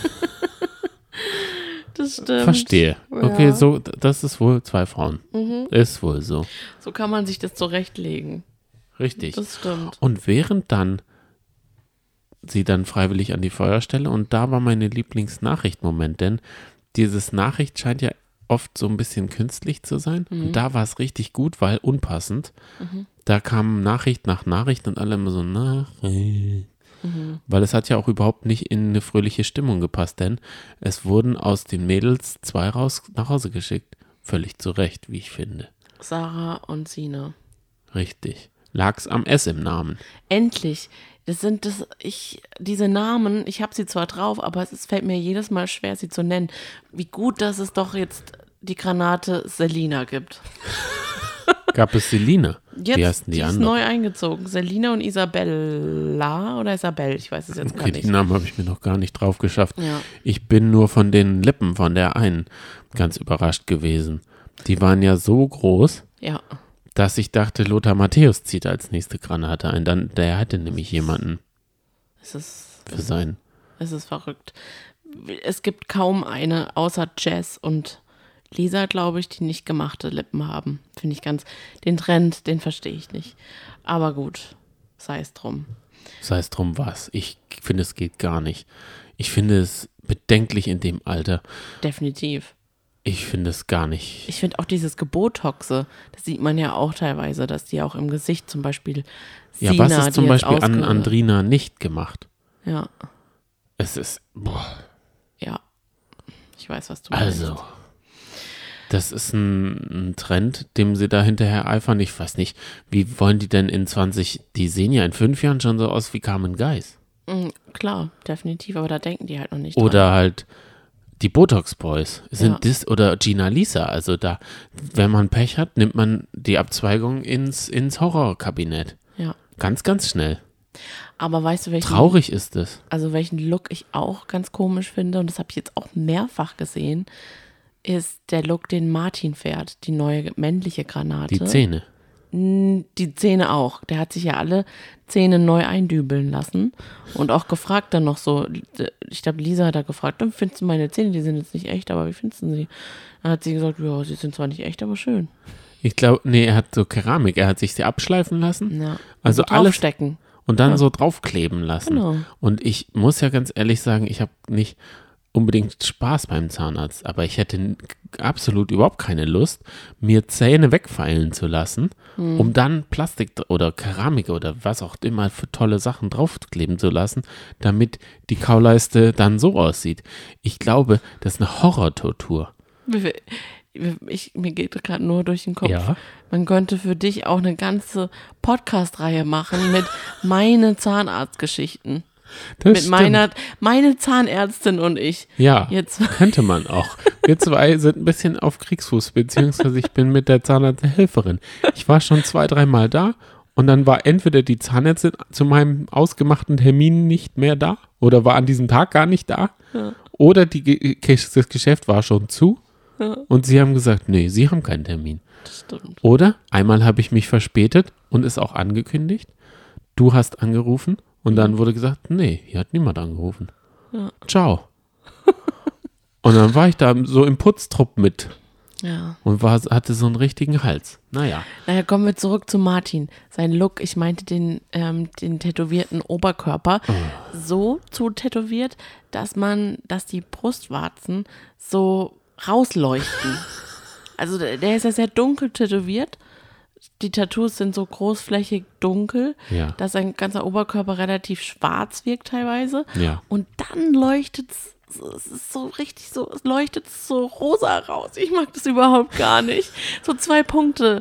Das stimmt. Verstehe. Ja. Okay, so, das ist wohl zwei Frauen. Mhm. Ist wohl so. So kann man sich das zurechtlegen. Richtig. Das stimmt. Und während dann sie dann freiwillig an die Feuerstelle und da war meine Lieblingsnachricht-Moment, denn dieses Nachricht scheint ja oft so ein bisschen künstlich zu sein. Mhm. Und da war es richtig gut, weil unpassend. Mhm. Da kam Nachricht nach Nachricht und alle immer so Nachricht. Mhm. Weil es hat ja auch überhaupt nicht in eine fröhliche Stimmung gepasst, denn es wurden aus den Mädels zwei raus nach Hause geschickt. Völlig zu Recht, wie ich finde. Sarah und Sina. Richtig. Lag's am S im Namen. Endlich. Das sind das, ich, diese Namen, ich habe sie zwar drauf, aber es ist, fällt mir jedes Mal schwer, sie zu nennen. Wie gut, dass es doch jetzt die Granate Selina gibt. Gab es Selina? Jetzt, Wie heißen die, die ist anderen? neu eingezogen. Selina und Isabella oder Isabel, ich weiß es jetzt okay, gar nicht. Die Namen habe ich mir noch gar nicht drauf geschafft. Ja. Ich bin nur von den Lippen von der einen ganz überrascht gewesen. Die waren ja so groß, ja. dass ich dachte, Lothar Matthäus zieht als nächste Granate ein. Dann, der hatte nämlich jemanden es ist, für sein. Es ist verrückt. Es gibt kaum eine, außer Jess und Lisa, glaube ich, die nicht gemachte Lippen haben. Finde ich ganz, den Trend, den verstehe ich nicht. Aber gut, sei es drum. Sei es drum was. Ich finde, es geht gar nicht. Ich finde es bedenklich in dem Alter. Definitiv. Ich finde es gar nicht. Ich finde auch dieses Gebotoxe, das sieht man ja auch teilweise, dass die auch im Gesicht zum Beispiel Sina, ja, was ist zum die jetzt Beispiel an ausge- Andrina nicht gemacht? Ja, Es ist, boah, ja. Ich weiß, was du meinst. also, das ist ein, ein Trend, dem sie da hinterher eifern. Ich weiß nicht, wie wollen die denn in zwanzig, die sehen ja in fünf Jahren schon so aus wie Carmen Geis. Mhm, klar, definitiv, aber da denken die halt noch nicht dran. Oder halt die Botox Boys sind Ja. das oder Gina Lisa. Also da, wenn man Pech hat, nimmt man die Abzweigung ins, ins Horrorkabinett. Ja. Ganz, ganz schnell. Aber weißt du, welchen, Traurig ist es. also welchen Look ich auch ganz komisch finde, und das habe ich jetzt auch mehrfach gesehen, ist der Look, den Martin fährt, die neue männliche Granate. Die Zähne. Die Zähne auch. Der hat sich ja alle Zähne neu eindübeln lassen und auch gefragt dann noch so, ich glaube, Lisa hat da gefragt, dann findest du meine Zähne, die sind jetzt nicht echt, aber wie findest du sie? Dann hat sie gesagt, ja, sie sind zwar nicht echt, aber schön. Ich glaube, nee, er hat so Keramik. Er hat sich sie abschleifen lassen. Ja. Also Und alles draufstecken. und dann Ja. so draufkleben lassen. Genau. Und ich muss ja ganz ehrlich sagen, ich habe nicht unbedingt Spaß beim Zahnarzt, aber ich hätte n- absolut überhaupt keine Lust, mir Zähne wegfeilen zu lassen, Hm. um dann Plastik oder Keramik oder was auch immer für tolle Sachen draufkleben zu lassen, damit die Kauleiste dann so aussieht. Ich glaube, das ist eine Horrortortur. Ich, mir geht gerade nur durch den Kopf. Ja. Man könnte für dich auch eine ganze Podcast-Reihe machen mit meine Zahnarztgeschichten. Das Mit stimmt. meiner, meine Zahnärztin und ich. Ja, Jetzt. könnte man auch. Wir zwei sind ein bisschen auf Kriegsfuß, beziehungsweise ich bin mit der Zahnarzthelferin. Ich war schon zwei, dreimal da und dann war entweder die Zahnärztin zu meinem ausgemachten Termin nicht mehr da oder war an diesem Tag gar nicht da Ja. oder die, Ge- das Geschäft war schon zu Ja. und sie haben gesagt, nee, sie haben keinen Termin. Das stimmt. Oder einmal habe ich mich verspätet und ist auch angekündigt. Du hast angerufen und dann wurde gesagt, nee, hier hat niemand angerufen. Ja. Ciao. Und dann war ich da so im Putztrupp mit Ja. und war, hatte so einen richtigen Hals. Naja, Naja, kommen wir zurück zu Martin. Sein Look, ich meinte den, ähm, den tätowierten Oberkörper, so zu tätowiert, dass man, dass die Brustwarzen so rausleuchten. Also der der ist ja sehr dunkel tätowiert. Die Tattoos sind so großflächig dunkel, Ja. dass sein ganzer Oberkörper relativ schwarz wirkt teilweise. ja. Und dann leuchtet es, es ist so richtig so, es leuchtet so rosa raus. Ich mag das überhaupt gar nicht. So zwei Punkte.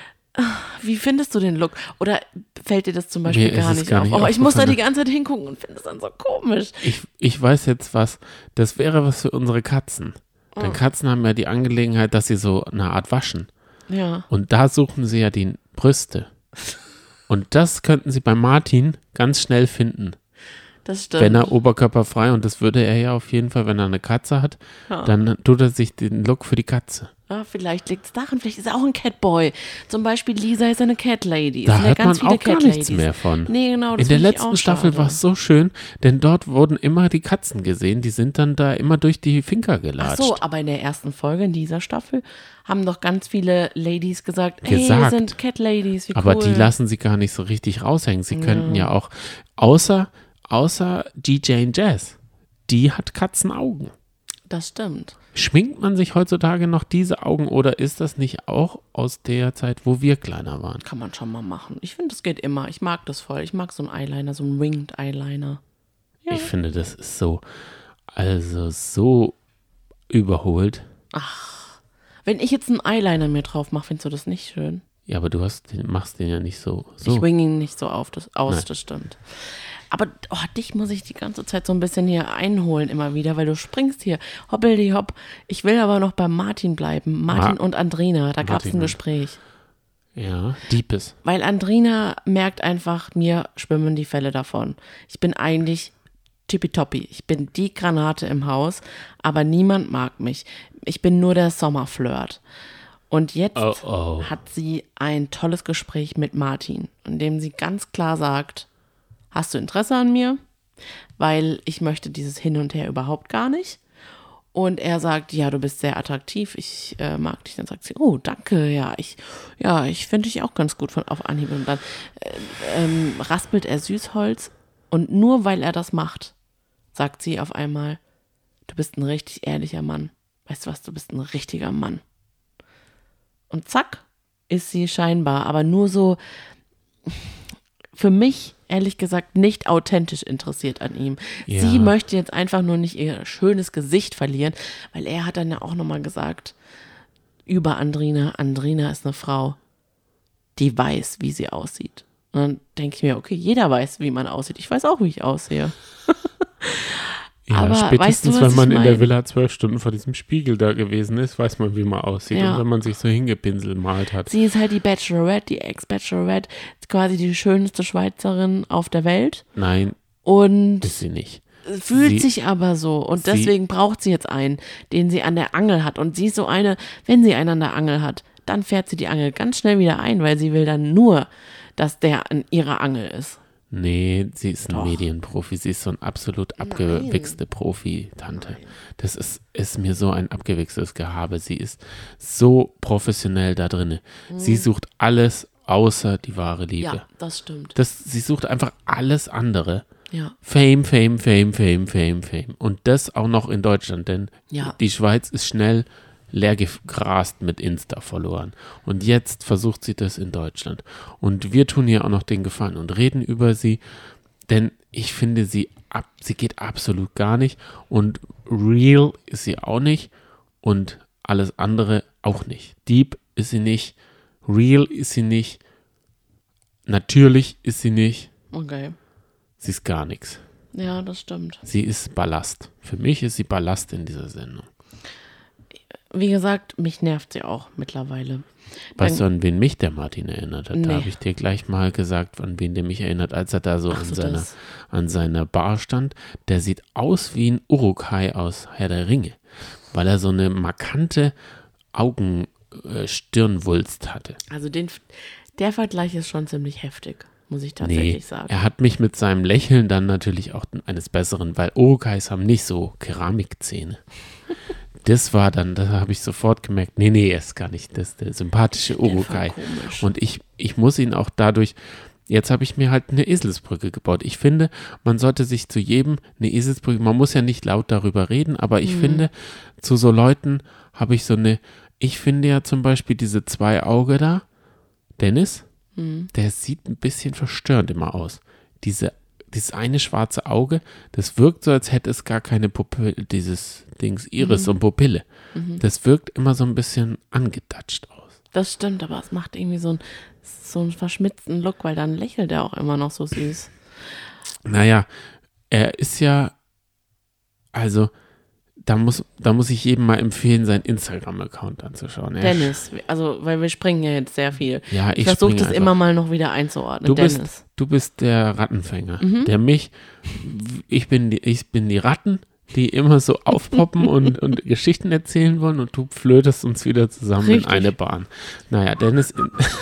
Wie findest du den Look? Oder fällt dir das zum Beispiel Mir ist gar es nicht gar auf? nicht Aber ich muss da aufgefallen. die ganze Zeit hingucken und finde es dann so komisch. Ich, ich weiß jetzt was, das wäre was für unsere Katzen. Denn Katzen haben ja die Angelegenheit, dass sie so eine Art waschen. Ja, Und da suchen sie ja die Brüste. Und das könnten sie bei Martin ganz schnell finden. das stimmt. Wenn er oberkörperfrei, und das würde er ja auf jeden Fall, wenn er eine Katze hat, Ja. dann tut er sich den Look für die Katze. Ja, vielleicht liegt es daran, vielleicht ist er auch ein Catboy. Zum Beispiel Lisa ist eine Cat Lady. Es Da sind ja hört man ganz viele auch gar Cat nichts Ladies. mehr von. Nee, genau. Das In der finde ich letzten auch Staffel schade. war es so schön, denn dort wurden immer die Katzen gesehen, die sind dann da immer durch die Finger Ach gelatscht. so, aber in der ersten Folge, in dieser Staffel, haben doch ganz viele Ladies gesagt, hey, wir Gesagt. sind Cat Ladies, wie Aber cool. die lassen sie gar nicht so richtig raushängen. Sie könnten ja auch, außer, außer D J Jazz, die hat Katzenaugen. Das stimmt. Schminkt man sich heutzutage noch diese Augen oder ist das nicht auch aus der Zeit, wo wir kleiner waren? Kann man schon mal machen. Ich finde, das geht immer. Ich mag das voll. Ich mag so einen Eyeliner, so einen Winged Eyeliner. Ja. Ich finde, das ist so, also so überholt. Wenn ich jetzt einen Eyeliner mir drauf mache, findest du das nicht schön? Ja, aber du hast den, machst den ja nicht so. so. Ich wing ihn nicht so auf, das, aus, Nein. das stimmt. Aber oh, dich muss ich die ganze Zeit so ein bisschen hier einholen immer wieder, weil du springst hier, hoppeldi hopp. Ich will aber noch bei Martin bleiben. Martin Ma- und Andrina, da gab es Martin ein und- Gespräch. Ja, Diepes. Weil Andrina merkt einfach, mir schwimmen die Fälle davon. Ich bin eigentlich tippitoppi. Ich bin die Granate im Haus, aber niemand mag mich. Ich bin nur der Sommerflirt. Und jetzt Oh, oh. hat sie ein tolles Gespräch mit Martin, in dem sie ganz klar sagt, hast du Interesse an mir? Weil ich möchte dieses Hin und Her überhaupt gar nicht. Und er sagt, ja, du bist sehr attraktiv, ich äh, mag dich. Dann sagt sie, oh, danke, ja, ich, ja, ich finde dich auch ganz gut von auf Anhieb. Und dann äh, ähm, raspelt er Süßholz und nur weil er das macht, sagt sie auf einmal, du bist ein richtig ehrlicher Mann. Weißt du was, du bist ein richtiger Mann. Und zack, ist sie scheinbar, aber nur so für mich, ehrlich gesagt, nicht authentisch interessiert an ihm. Ja. Sie möchte jetzt einfach nur nicht ihr schönes Gesicht verlieren, weil er hat dann ja auch nochmal gesagt, über Andrina, Andrina ist eine Frau, die weiß, wie sie aussieht. Und dann denke ich mir, okay, jeder weiß, wie man aussieht. Ich weiß auch, wie ich aussehe. Ja, Aber spätestens, weißt du, was wenn man ich in der mein? Villa zwölf Stunden vor diesem Spiegel da gewesen ist, weiß man, wie man aussieht. Ja. Und wenn man sich so hingepinselt malt hat. Sie ist halt die Bachelorette, die Ex-Bachelorette, quasi die schönste Schweizerin auf der Welt. Nein, Und ist sie nicht. fühlt Sie- sich aber so. Und sie- deswegen braucht sie jetzt einen, den sie an der Angel hat. Und sie ist so eine, wenn sie einen an der Angel hat, dann fährt sie die Angel ganz schnell wieder ein, weil sie will dann nur, dass der an ihrer Angel ist. Nee, sie ist ein Doch. Medienprofi. Sie ist so ein absolut abgewichste Profi-Tante. Das ist, ist mir so ein abgewichstes Gehabe. Sie ist so professionell da drinne. Sie sucht alles außer die wahre Liebe. Ja, das stimmt. Das, sie sucht einfach alles andere. Ja. Fame, Fame, Fame, Fame, Fame, Fame. Und das auch noch in Deutschland, denn Ja. die Schweiz ist schnell leer gegrast mit Insta-Followern. Und jetzt versucht sie das in Deutschland. Und wir tun ihr auch noch den Gefallen und reden über sie, denn ich finde, sie, ab, sie geht absolut gar nicht. Und real ist sie auch nicht und alles andere auch nicht. Deep ist sie nicht, real ist sie nicht, natürlich ist sie nicht, Okay. sie ist gar nichts. Ja, das stimmt. Sie ist Ballast. Für mich ist sie Ballast in dieser Sendung. Wie gesagt, mich nervt sie auch mittlerweile. Weißt du, Dann- an wen mich der Martin erinnert hat? Da Nee. habe ich dir gleich mal gesagt, an wen der mich erinnert, als er da so, Ach an, so, seiner, das. an seiner Bar stand. Der sieht aus wie ein Uruk-hai aus Herr der Ringe, weil er so eine markante Augenstirnwulst hatte. Also den, der Vergleich ist schon ziemlich heftig, muss ich tatsächlich Nee, sagen. er hat mich mit seinem Lächeln dann natürlich auch eines Besseren, weil Uruk-hais haben nicht so Keramikzähne. Das war dann, da habe ich sofort gemerkt, nee, nee, er ist gar nicht das, der sympathische Der war Uruk-hai. komisch. Und ich, ich muss ihn auch dadurch, jetzt habe ich mir halt eine Eselsbrücke gebaut. Ich finde, man sollte sich zu jedem eine Eselsbrücke, man muss ja nicht laut darüber reden, aber ich Mhm. finde, zu so Leuten habe ich so eine, ich finde ja zum Beispiel diese zwei Auge da, Dennis, Mhm. der sieht ein bisschen verstörend immer aus. Diese, dieses eine schwarze Auge, das wirkt so, als hätte es gar keine Pupille, dieses Dings, Iris Mhm. und Pupille. Mhm. Das wirkt immer so ein bisschen angedatscht aus. Das stimmt, aber es macht irgendwie so, ein, so einen verschmitzten Look, weil dann lächelt er auch immer noch so süß. Naja, er ist ja, also, da muss, da muss ich jedem mal empfehlen, seinen Instagram-Account anzuschauen. Er Dennis, also weil wir springen ja jetzt sehr viel. Ja, Ich ich versuche springe das einfach. immer mal noch wieder einzuordnen. Du Dennis. bist, du bist der Rattenfänger, Mhm. der mich, ich bin die, ich bin die Ratten, die immer so aufpoppen und, und Geschichten erzählen wollen und du flötest uns wieder zusammen Richtig. in eine Bahn. Naja, Dennis,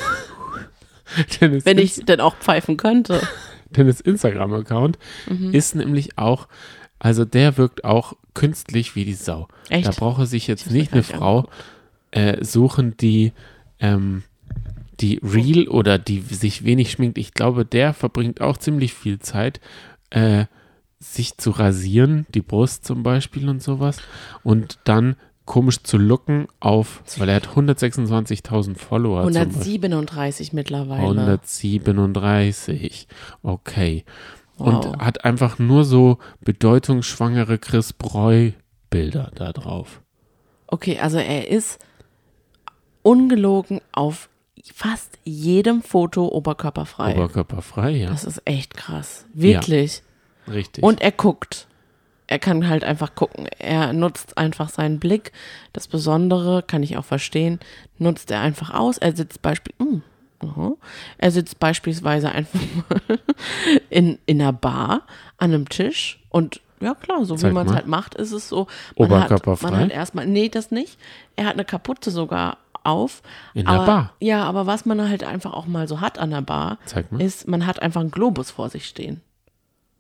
Dennis, Wenn ich denn auch pfeifen könnte. Dennis Instagram-Account Mhm. ist nämlich auch, also der wirkt auch künstlich wie die Sau. Echt? Da braucht er sich Ich jetzt hab's mir nicht eine gar nicht Frau äh, suchen, die, ähm, die real oder die sich wenig schminkt. Ich glaube, der verbringt auch ziemlich viel Zeit, äh, sich zu rasieren, die Brust zum Beispiel und sowas. Und dann komisch zu looken auf, weil er hat hundertsechsundzwanzigtausend Follower. zum Beispiel. hundertsiebenunddreißig mittlerweile. hundertsiebenunddreißig. Okay. Und Wow. hat einfach nur so bedeutungsschwangere Chris Breu-Bilder da drauf. Okay, also er ist ungelogen auf fast jedem Foto oberkörperfrei. Oberkörperfrei, ja. Das ist echt krass. Wirklich. Richtig. Und er guckt. Er kann halt einfach gucken. Er nutzt einfach seinen Blick. Das Besondere, kann ich auch verstehen, nutzt er einfach aus. Er sitzt beispiel, mm, aha. er sitzt beispielsweise einfach mal in, in einer Bar an einem Tisch und ja klar, so Zeig wie man es mal. halt macht, ist es so. Man hat, Oberkörperfrei? man hat erstmal, nee, das nicht. Er hat eine Kapuze sogar auf. In der aber, Bar? Ja, aber was man halt einfach auch mal so hat an der Bar, Zeig mal. ist, man hat einfach einen Globus vor sich stehen. Und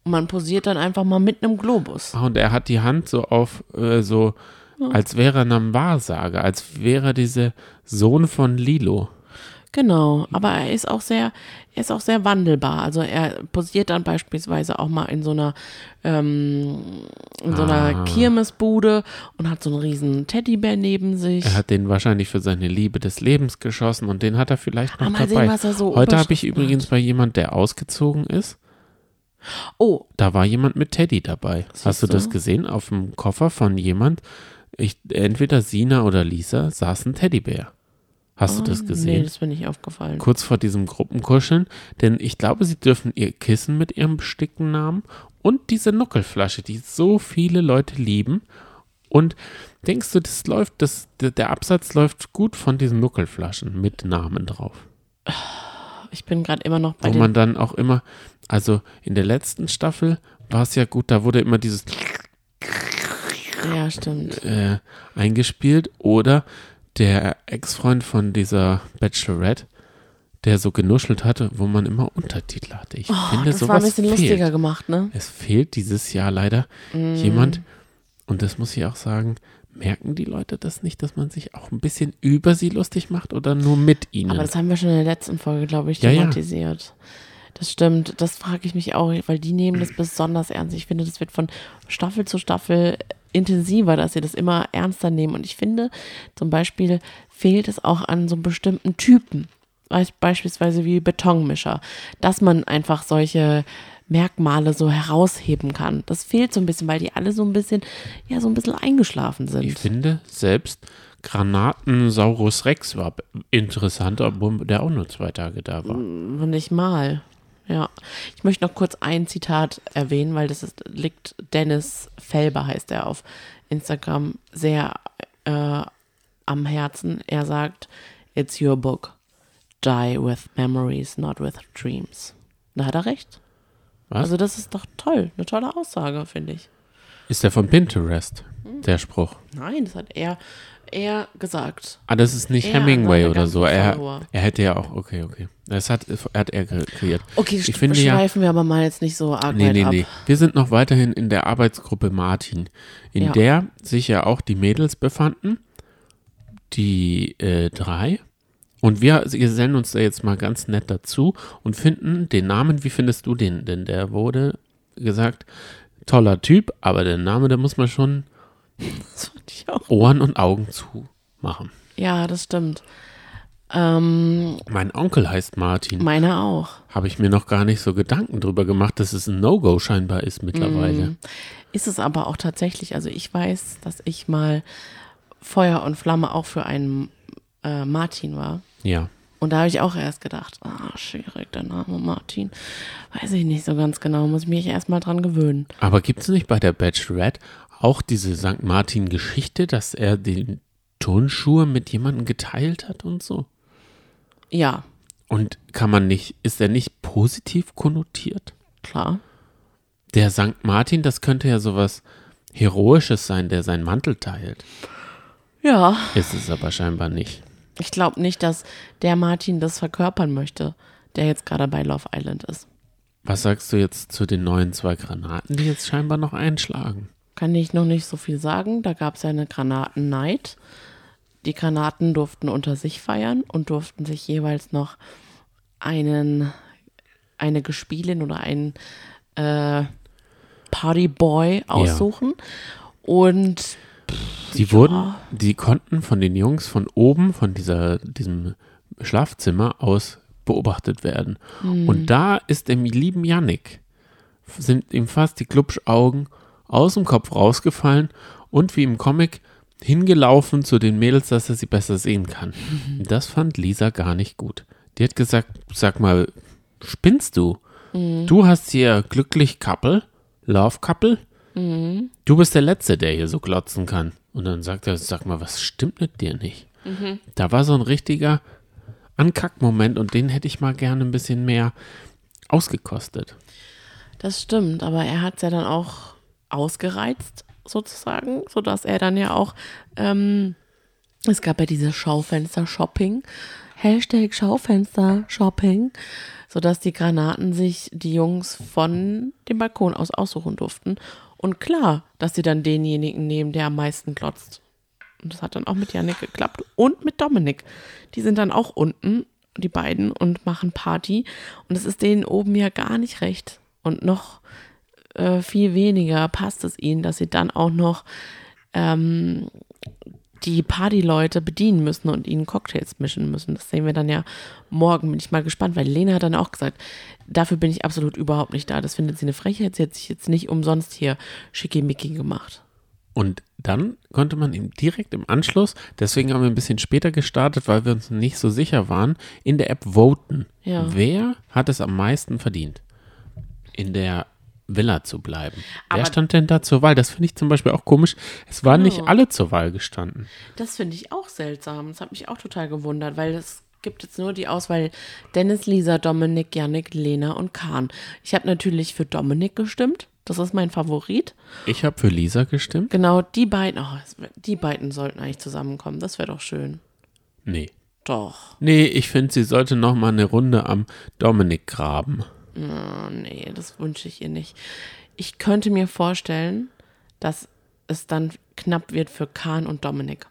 Und man posiert dann einfach mal mit einem Globus. Ah, und er hat die Hand so auf, äh, so, ja. als wäre er ein Wahrsager, als wäre er dieser Sohn von Lilo. Genau, aber er ist auch sehr, er ist auch sehr wandelbar. Also er posiert dann beispielsweise auch mal in so einer, ähm, in so einer Ah. Kirmesbude und hat so einen riesen Teddybär neben sich. Er hat den wahrscheinlich für seine Liebe des Lebens geschossen und den hat er vielleicht noch Ah, mal dabei. sehen, was er so Heute habe ich Überschriften übrigens hat. bei jemand, der ausgezogen ist, Oh, da war jemand mit Teddy dabei. Siehst Hast du du? das gesehen? Auf dem Koffer von jemand, ich, entweder Sina oder Lisa, saß ein Teddybär. Hast du das nee, gesehen? das ist mir nicht aufgefallen. Kurz vor diesem Gruppenkuscheln, denn ich glaube, sie dürfen ihr Kissen mit ihrem bestickten Namen und diese Nuckelflasche, die so viele Leute lieben. Und denkst du, das läuft, das, der, der Absatz läuft gut von diesen Nuckelflaschen mit Namen drauf? Ich bin gerade immer noch bei Wo den, man dann auch immer, also in der letzten Staffel war es ja gut, da wurde immer dieses ja stimmt. äh, eingespielt oder der Ex-Freund von dieser Bachelorette, der so genuschelt hatte, wo man immer Untertitel hatte. Ich Oh, finde, das sowas war ein bisschen fehlt. lustiger gemacht, ne? Es fehlt dieses Jahr leider Mm. jemand, und das muss ich auch sagen, merken die Leute das nicht, dass man sich auch ein bisschen über sie lustig macht oder nur mit ihnen? Aber das haben wir schon in der letzten Folge, glaube ich, Ja, ja. thematisiert. Das stimmt, das frage ich mich auch, weil die nehmen das besonders ernst. Ich finde, das wird von Staffel zu Staffel intensiver, dass sie das immer ernster nehmen. Und ich finde, zum Beispiel fehlt es auch an so bestimmten Typen, Be- beispielsweise wie Betonmischer, dass man einfach solche Merkmale so herausheben kann. Das fehlt so ein bisschen, weil die alle so ein bisschen, ja, so ein bisschen eingeschlafen sind. Ich finde, selbst Granatensaurus Rex war interessant, obwohl der auch nur zwei Tage da war. Nicht mal. Ja. Ich möchte noch kurz ein Zitat erwähnen, weil das ist, liegt Dennis Felber, heißt er auf Instagram, sehr äh, am Herzen. Er sagt, "It's your book. Die with memories, not with dreams." Da hat er recht. Was? Also das ist doch toll. Eine tolle Aussage, finde ich. Ist der von Pinterest, der Spruch? Nein, das hat er, er gesagt. Ah, das ist nicht Er, Hemingway seine oder so. ganzen Er, Follower. er hätte ja auch, okay, okay. Das hat, hat er kreiert. Okay, Ich st- finde ja- schweifen wir aber mal jetzt nicht so arg Nee, weit nee, ab. nee. Wir sind noch weiterhin in der Arbeitsgruppe Martin, in Ja. der sich ja auch die Mädels befanden, die äh, drei. Und wir gesellen uns da jetzt mal ganz nett dazu und finden den Namen, wie findest du den? Denn der wurde gesagt, toller Typ, aber der Name, der muss man schon Das fand ich auch. Ohren und Augen zumachen. Ja, das stimmt. Ähm, Mein Onkel heißt Martin. meiner auch. Habe ich mir noch gar nicht so Gedanken drüber gemacht, dass es ein No-Go scheinbar ist mittlerweile. Mm. Ist es aber auch tatsächlich, also ich weiß, dass ich mal Feuer und Flamme auch für einen äh, Martin war. Ja. Und da habe ich auch erst gedacht, ah, schwierig, der Name Martin. Weiß ich nicht so ganz genau, muss ich mich erst mal dran gewöhnen. Aber gibt es nicht bei der Bachelorette auch diese Sankt Martin-Geschichte, dass er die Turnschuhe mit jemandem geteilt hat und so? Ja, Und kann man nicht, ist er nicht positiv konnotiert? klar. Der Sankt Martin, das könnte ja sowas Heroisches sein, der seinen Mantel teilt. Ja, Ist es aber scheinbar nicht. ich glaube nicht, dass der Martin das verkörpern möchte, der jetzt gerade bei Love Island ist. Was sagst du jetzt zu den neuen zwei Granaten, die jetzt scheinbar noch einschlagen? Kann ich noch nicht so viel sagen. Da gab es ja eine Granaten-Night. Die Granaten durften unter sich feiern und durften sich jeweils noch einen, eine Gespielin oder einen äh, Partyboy aussuchen. Und Die ja. wurden, die konnten von den Jungs von oben, von dieser, diesem Schlafzimmer aus beobachtet werden. Und da ist dem lieben Yannick, sind ihm fast die Glubschaugen aus dem Kopf rausgefallen und wie im Comic hingelaufen zu den Mädels, dass er sie besser sehen kann. Das fand Lisa gar nicht gut. Die hat gesagt, sag mal, spinnst du? Du hast hier glücklich Couple, Love Couple. Du bist der Letzte, der hier so glotzen kann. Und dann sagt er, sag mal, was stimmt mit dir nicht? Da war so ein richtiger Ankack-Moment und den hätte ich mal gerne ein bisschen mehr ausgekostet. das stimmt, aber er hat es ja dann auch ausgereizt, sozusagen, sodass er dann ja auch, ähm, es gab ja diese Schaufenster-Shopping, Hashtag Schaufenster-Shopping, sodass die Granaten sich die Jungs von dem Balkon aus aussuchen durften. Und klar, dass sie dann denjenigen nehmen, der am meisten glotzt. Und das hat dann auch mit Yannick geklappt und mit Dominik. Die sind dann auch unten, die beiden, und machen Party. Und es ist denen oben ja gar nicht recht. Und noch äh, viel weniger passt es ihnen, dass sie dann auch noch ähm, die Partyleute bedienen müssen und ihnen Cocktails mischen müssen. Das sehen wir dann ja morgen. Bin ich mal gespannt, weil Lena hat dann auch gesagt, dafür bin ich absolut überhaupt nicht da. Das findet sie eine Frechheit. Sie hat sich jetzt nicht umsonst hier schickimicki gemacht. Und dann konnte man ihm direkt im Anschluss, deswegen haben wir ein bisschen später gestartet, weil wir uns nicht so sicher waren, in der App voten. Ja. Wer hat es am meisten verdient, in der Villa zu bleiben? Aber Wer stand denn da zur Wahl? Das finde ich zum Beispiel auch komisch. Es waren Genau. nicht alle zur Wahl gestanden. Das finde ich auch seltsam. Das hat mich auch total gewundert, weil es gibt jetzt nur die Auswahl Dennis, Lisa, Dominik, Yannick, Lena und Kahn. Ich habe natürlich für Dominik gestimmt. Das ist mein Favorit. Ich habe für Lisa gestimmt. Genau, die beiden, oh, die beiden sollten eigentlich zusammenkommen. Das wäre doch schön. Nee. Doch. Nee, ich finde, sie sollte noch mal eine Runde am Dominik graben. Oh, nee, das wünsche ich ihr nicht. Ich könnte mir vorstellen, dass es dann knapp wird für Kahn und Dominik.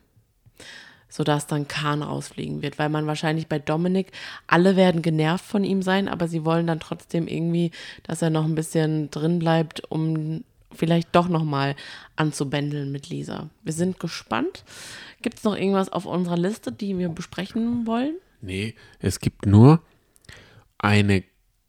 Sodass dann Kahn rausfliegen wird, weil man wahrscheinlich bei Dominik, alle werden genervt von ihm sein, aber sie wollen dann trotzdem irgendwie, dass er noch ein bisschen drin bleibt, um vielleicht doch nochmal anzubändeln mit Lisa. Wir sind gespannt. Gibt es noch irgendwas auf unserer Liste, die wir besprechen wollen? Nee, es gibt nur eine,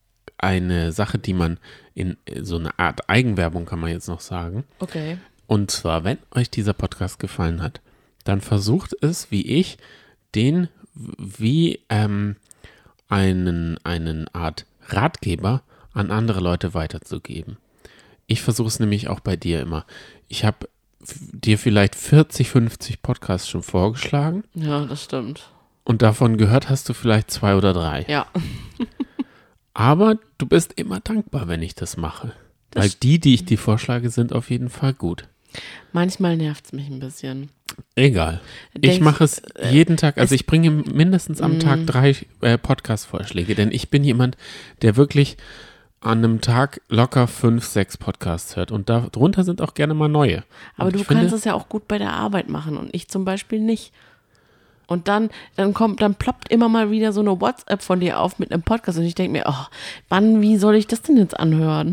eine Sache, die man in so eine Art Eigenwerbung, kann man jetzt noch sagen. Okay. Und zwar, wenn euch dieser Podcast gefallen hat, dann versucht es, wie ich, den wie ähm, einen, einen Art Ratgeber an andere Leute weiterzugeben. Ich versuche es nämlich auch bei dir immer. Ich habe dir vielleicht vierzig, fünfzig Podcasts schon vorgeschlagen. Ja, das stimmt. Und davon gehört hast du vielleicht zwei oder drei. Ja. Aber du bist immer dankbar, wenn ich das mache. Das Weil die, die ich dir vorschlage, sind auf jeden Fall gut. Manchmal nervt es mich ein bisschen. Egal. Denk- Ich mache es jeden Tag, also es- ich bringe mindestens am Tag drei äh, Podcast-Vorschläge, denn ich bin jemand, der wirklich an einem Tag locker fünf, sechs Podcasts hört und darunter sind auch gerne mal neue. Aber Und du ich finde, kannst es ja auch gut bei der Arbeit machen und ich zum Beispiel nicht. Und dann, dann kommt, dann ploppt immer mal wieder so eine WhatsApp von dir auf mit einem Podcast und ich denke mir, oh, wann, wie soll ich das denn jetzt anhören?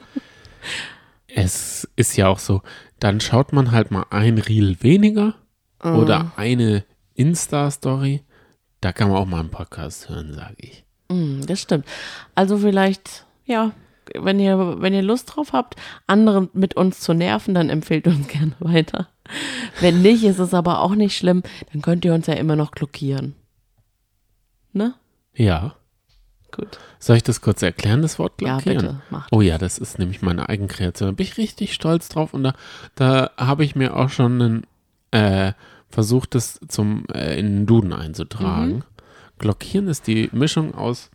es ist ja auch so, dann schaut man halt mal ein Reel weniger oder eine Insta-Story. Da kann man auch mal einen Podcast hören, sage ich. Mm, das stimmt. Also vielleicht, ja, wenn ihr, wenn ihr Lust drauf habt, andere mit uns zu nerven, dann empfehlt uns gerne weiter. Wenn nicht, ist es aber auch nicht schlimm, dann könnt ihr uns ja immer noch blockieren. Ne? Ja. Gut. Soll ich das kurz erklären, das Wort Ja, blockieren? bitte, macht. Oh ja, das ist nämlich meine Eigenkreation. Da bin ich richtig stolz drauf und da, da habe ich mir auch schon einen, äh, versucht, das zum, äh, in den Duden einzutragen. Mhm. Glockieren ist die Mischung aus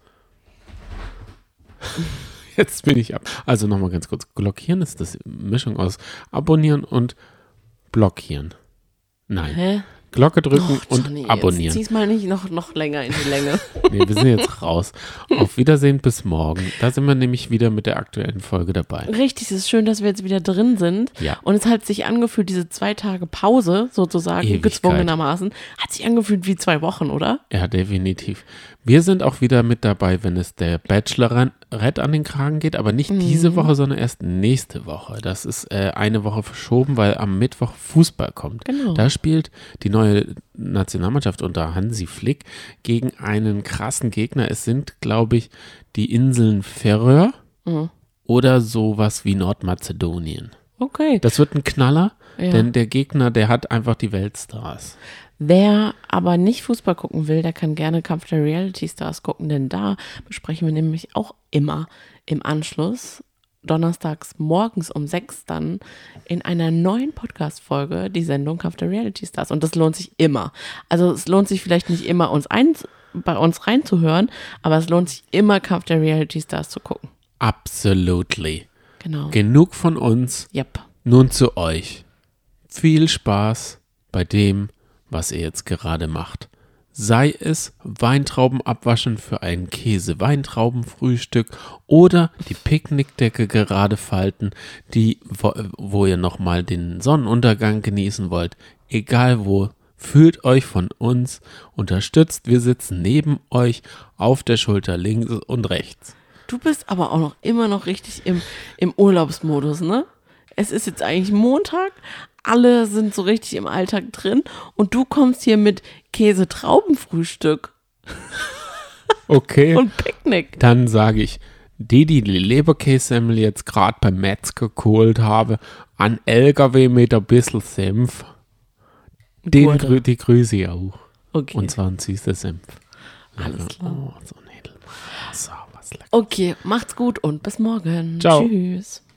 Jetzt bin ich ab. Also nochmal ganz kurz. Glockieren ist das Mischung aus abonnieren und blockieren. Nein. Hä? Glocke drücken Och, und Johnny, abonnieren. Jetzt zieh's mal nicht noch, noch länger in die Länge. Nee, wir sind jetzt raus. Auf Wiedersehen, bis morgen. Da sind wir nämlich wieder mit der aktuellen Folge dabei. Richtig, es ist schön, dass wir jetzt wieder drin sind. Ja. Und es hat sich angefühlt, diese zwei Tage Pause sozusagen, Ewigkeit. gezwungenermaßen, hat sich angefühlt wie zwei Wochen, oder? Ja, definitiv. Wir sind auch wieder mit dabei, wenn es der Bachelorette an den Kragen geht, aber nicht Mhm. diese Woche, sondern erst nächste Woche. Das ist äh, eine Woche verschoben, weil am Mittwoch Fußball kommt. Genau. Da spielt die neue Nationalmannschaft unter Hansi Flick gegen einen krassen Gegner. Es sind, glaube ich, die Inseln Färöer Mhm. oder sowas wie Nordmazedonien. Okay. Das wird ein Knaller, Ja. denn der Gegner, der hat einfach die Weltstars. Wer aber nicht Fußball gucken will, der kann gerne Kampf der Reality Stars gucken, denn da besprechen wir nämlich auch immer im Anschluss, donnerstags morgens um sechs dann, in einer neuen Podcast-Folge die Sendung Kampf der Reality Stars. Und das lohnt sich immer. Also es lohnt sich vielleicht nicht immer, uns ein, bei uns reinzuhören, aber es lohnt sich immer, Kampf der Reality Stars zu gucken. Absolutely. Genau. Genug von uns. Yep. Nun zu euch. Viel Spaß bei dem, was ihr jetzt gerade macht. Sei es Weintrauben abwaschen für ein Käse-Weintraubenfrühstück oder die Picknickdecke gerade falten, die, wo, wo ihr nochmal den Sonnenuntergang genießen wollt. Egal wo, fühlt euch von uns unterstützt. Wir sitzen neben euch auf der Schulter links und rechts. Du bist aber auch noch immer noch richtig im, im Urlaubsmodus, ne? Es ist jetzt eigentlich Montag, alle sind so richtig im Alltag drin und du kommst hier mit Käse-Traubenfrühstück. Okay. Und Picknick. Dann sage ich, die, die die Leberkässemmel jetzt gerade beim Metzger geholt habe, an L K W mit ein bisschen Senf, den grü- die grüße ich auch. Okay. Und zwar ein süßer Senf. Alles klar. Oh, so ein Edelmann. So, was lecker. Okay, macht's gut und bis morgen. Ciao. Tschüss.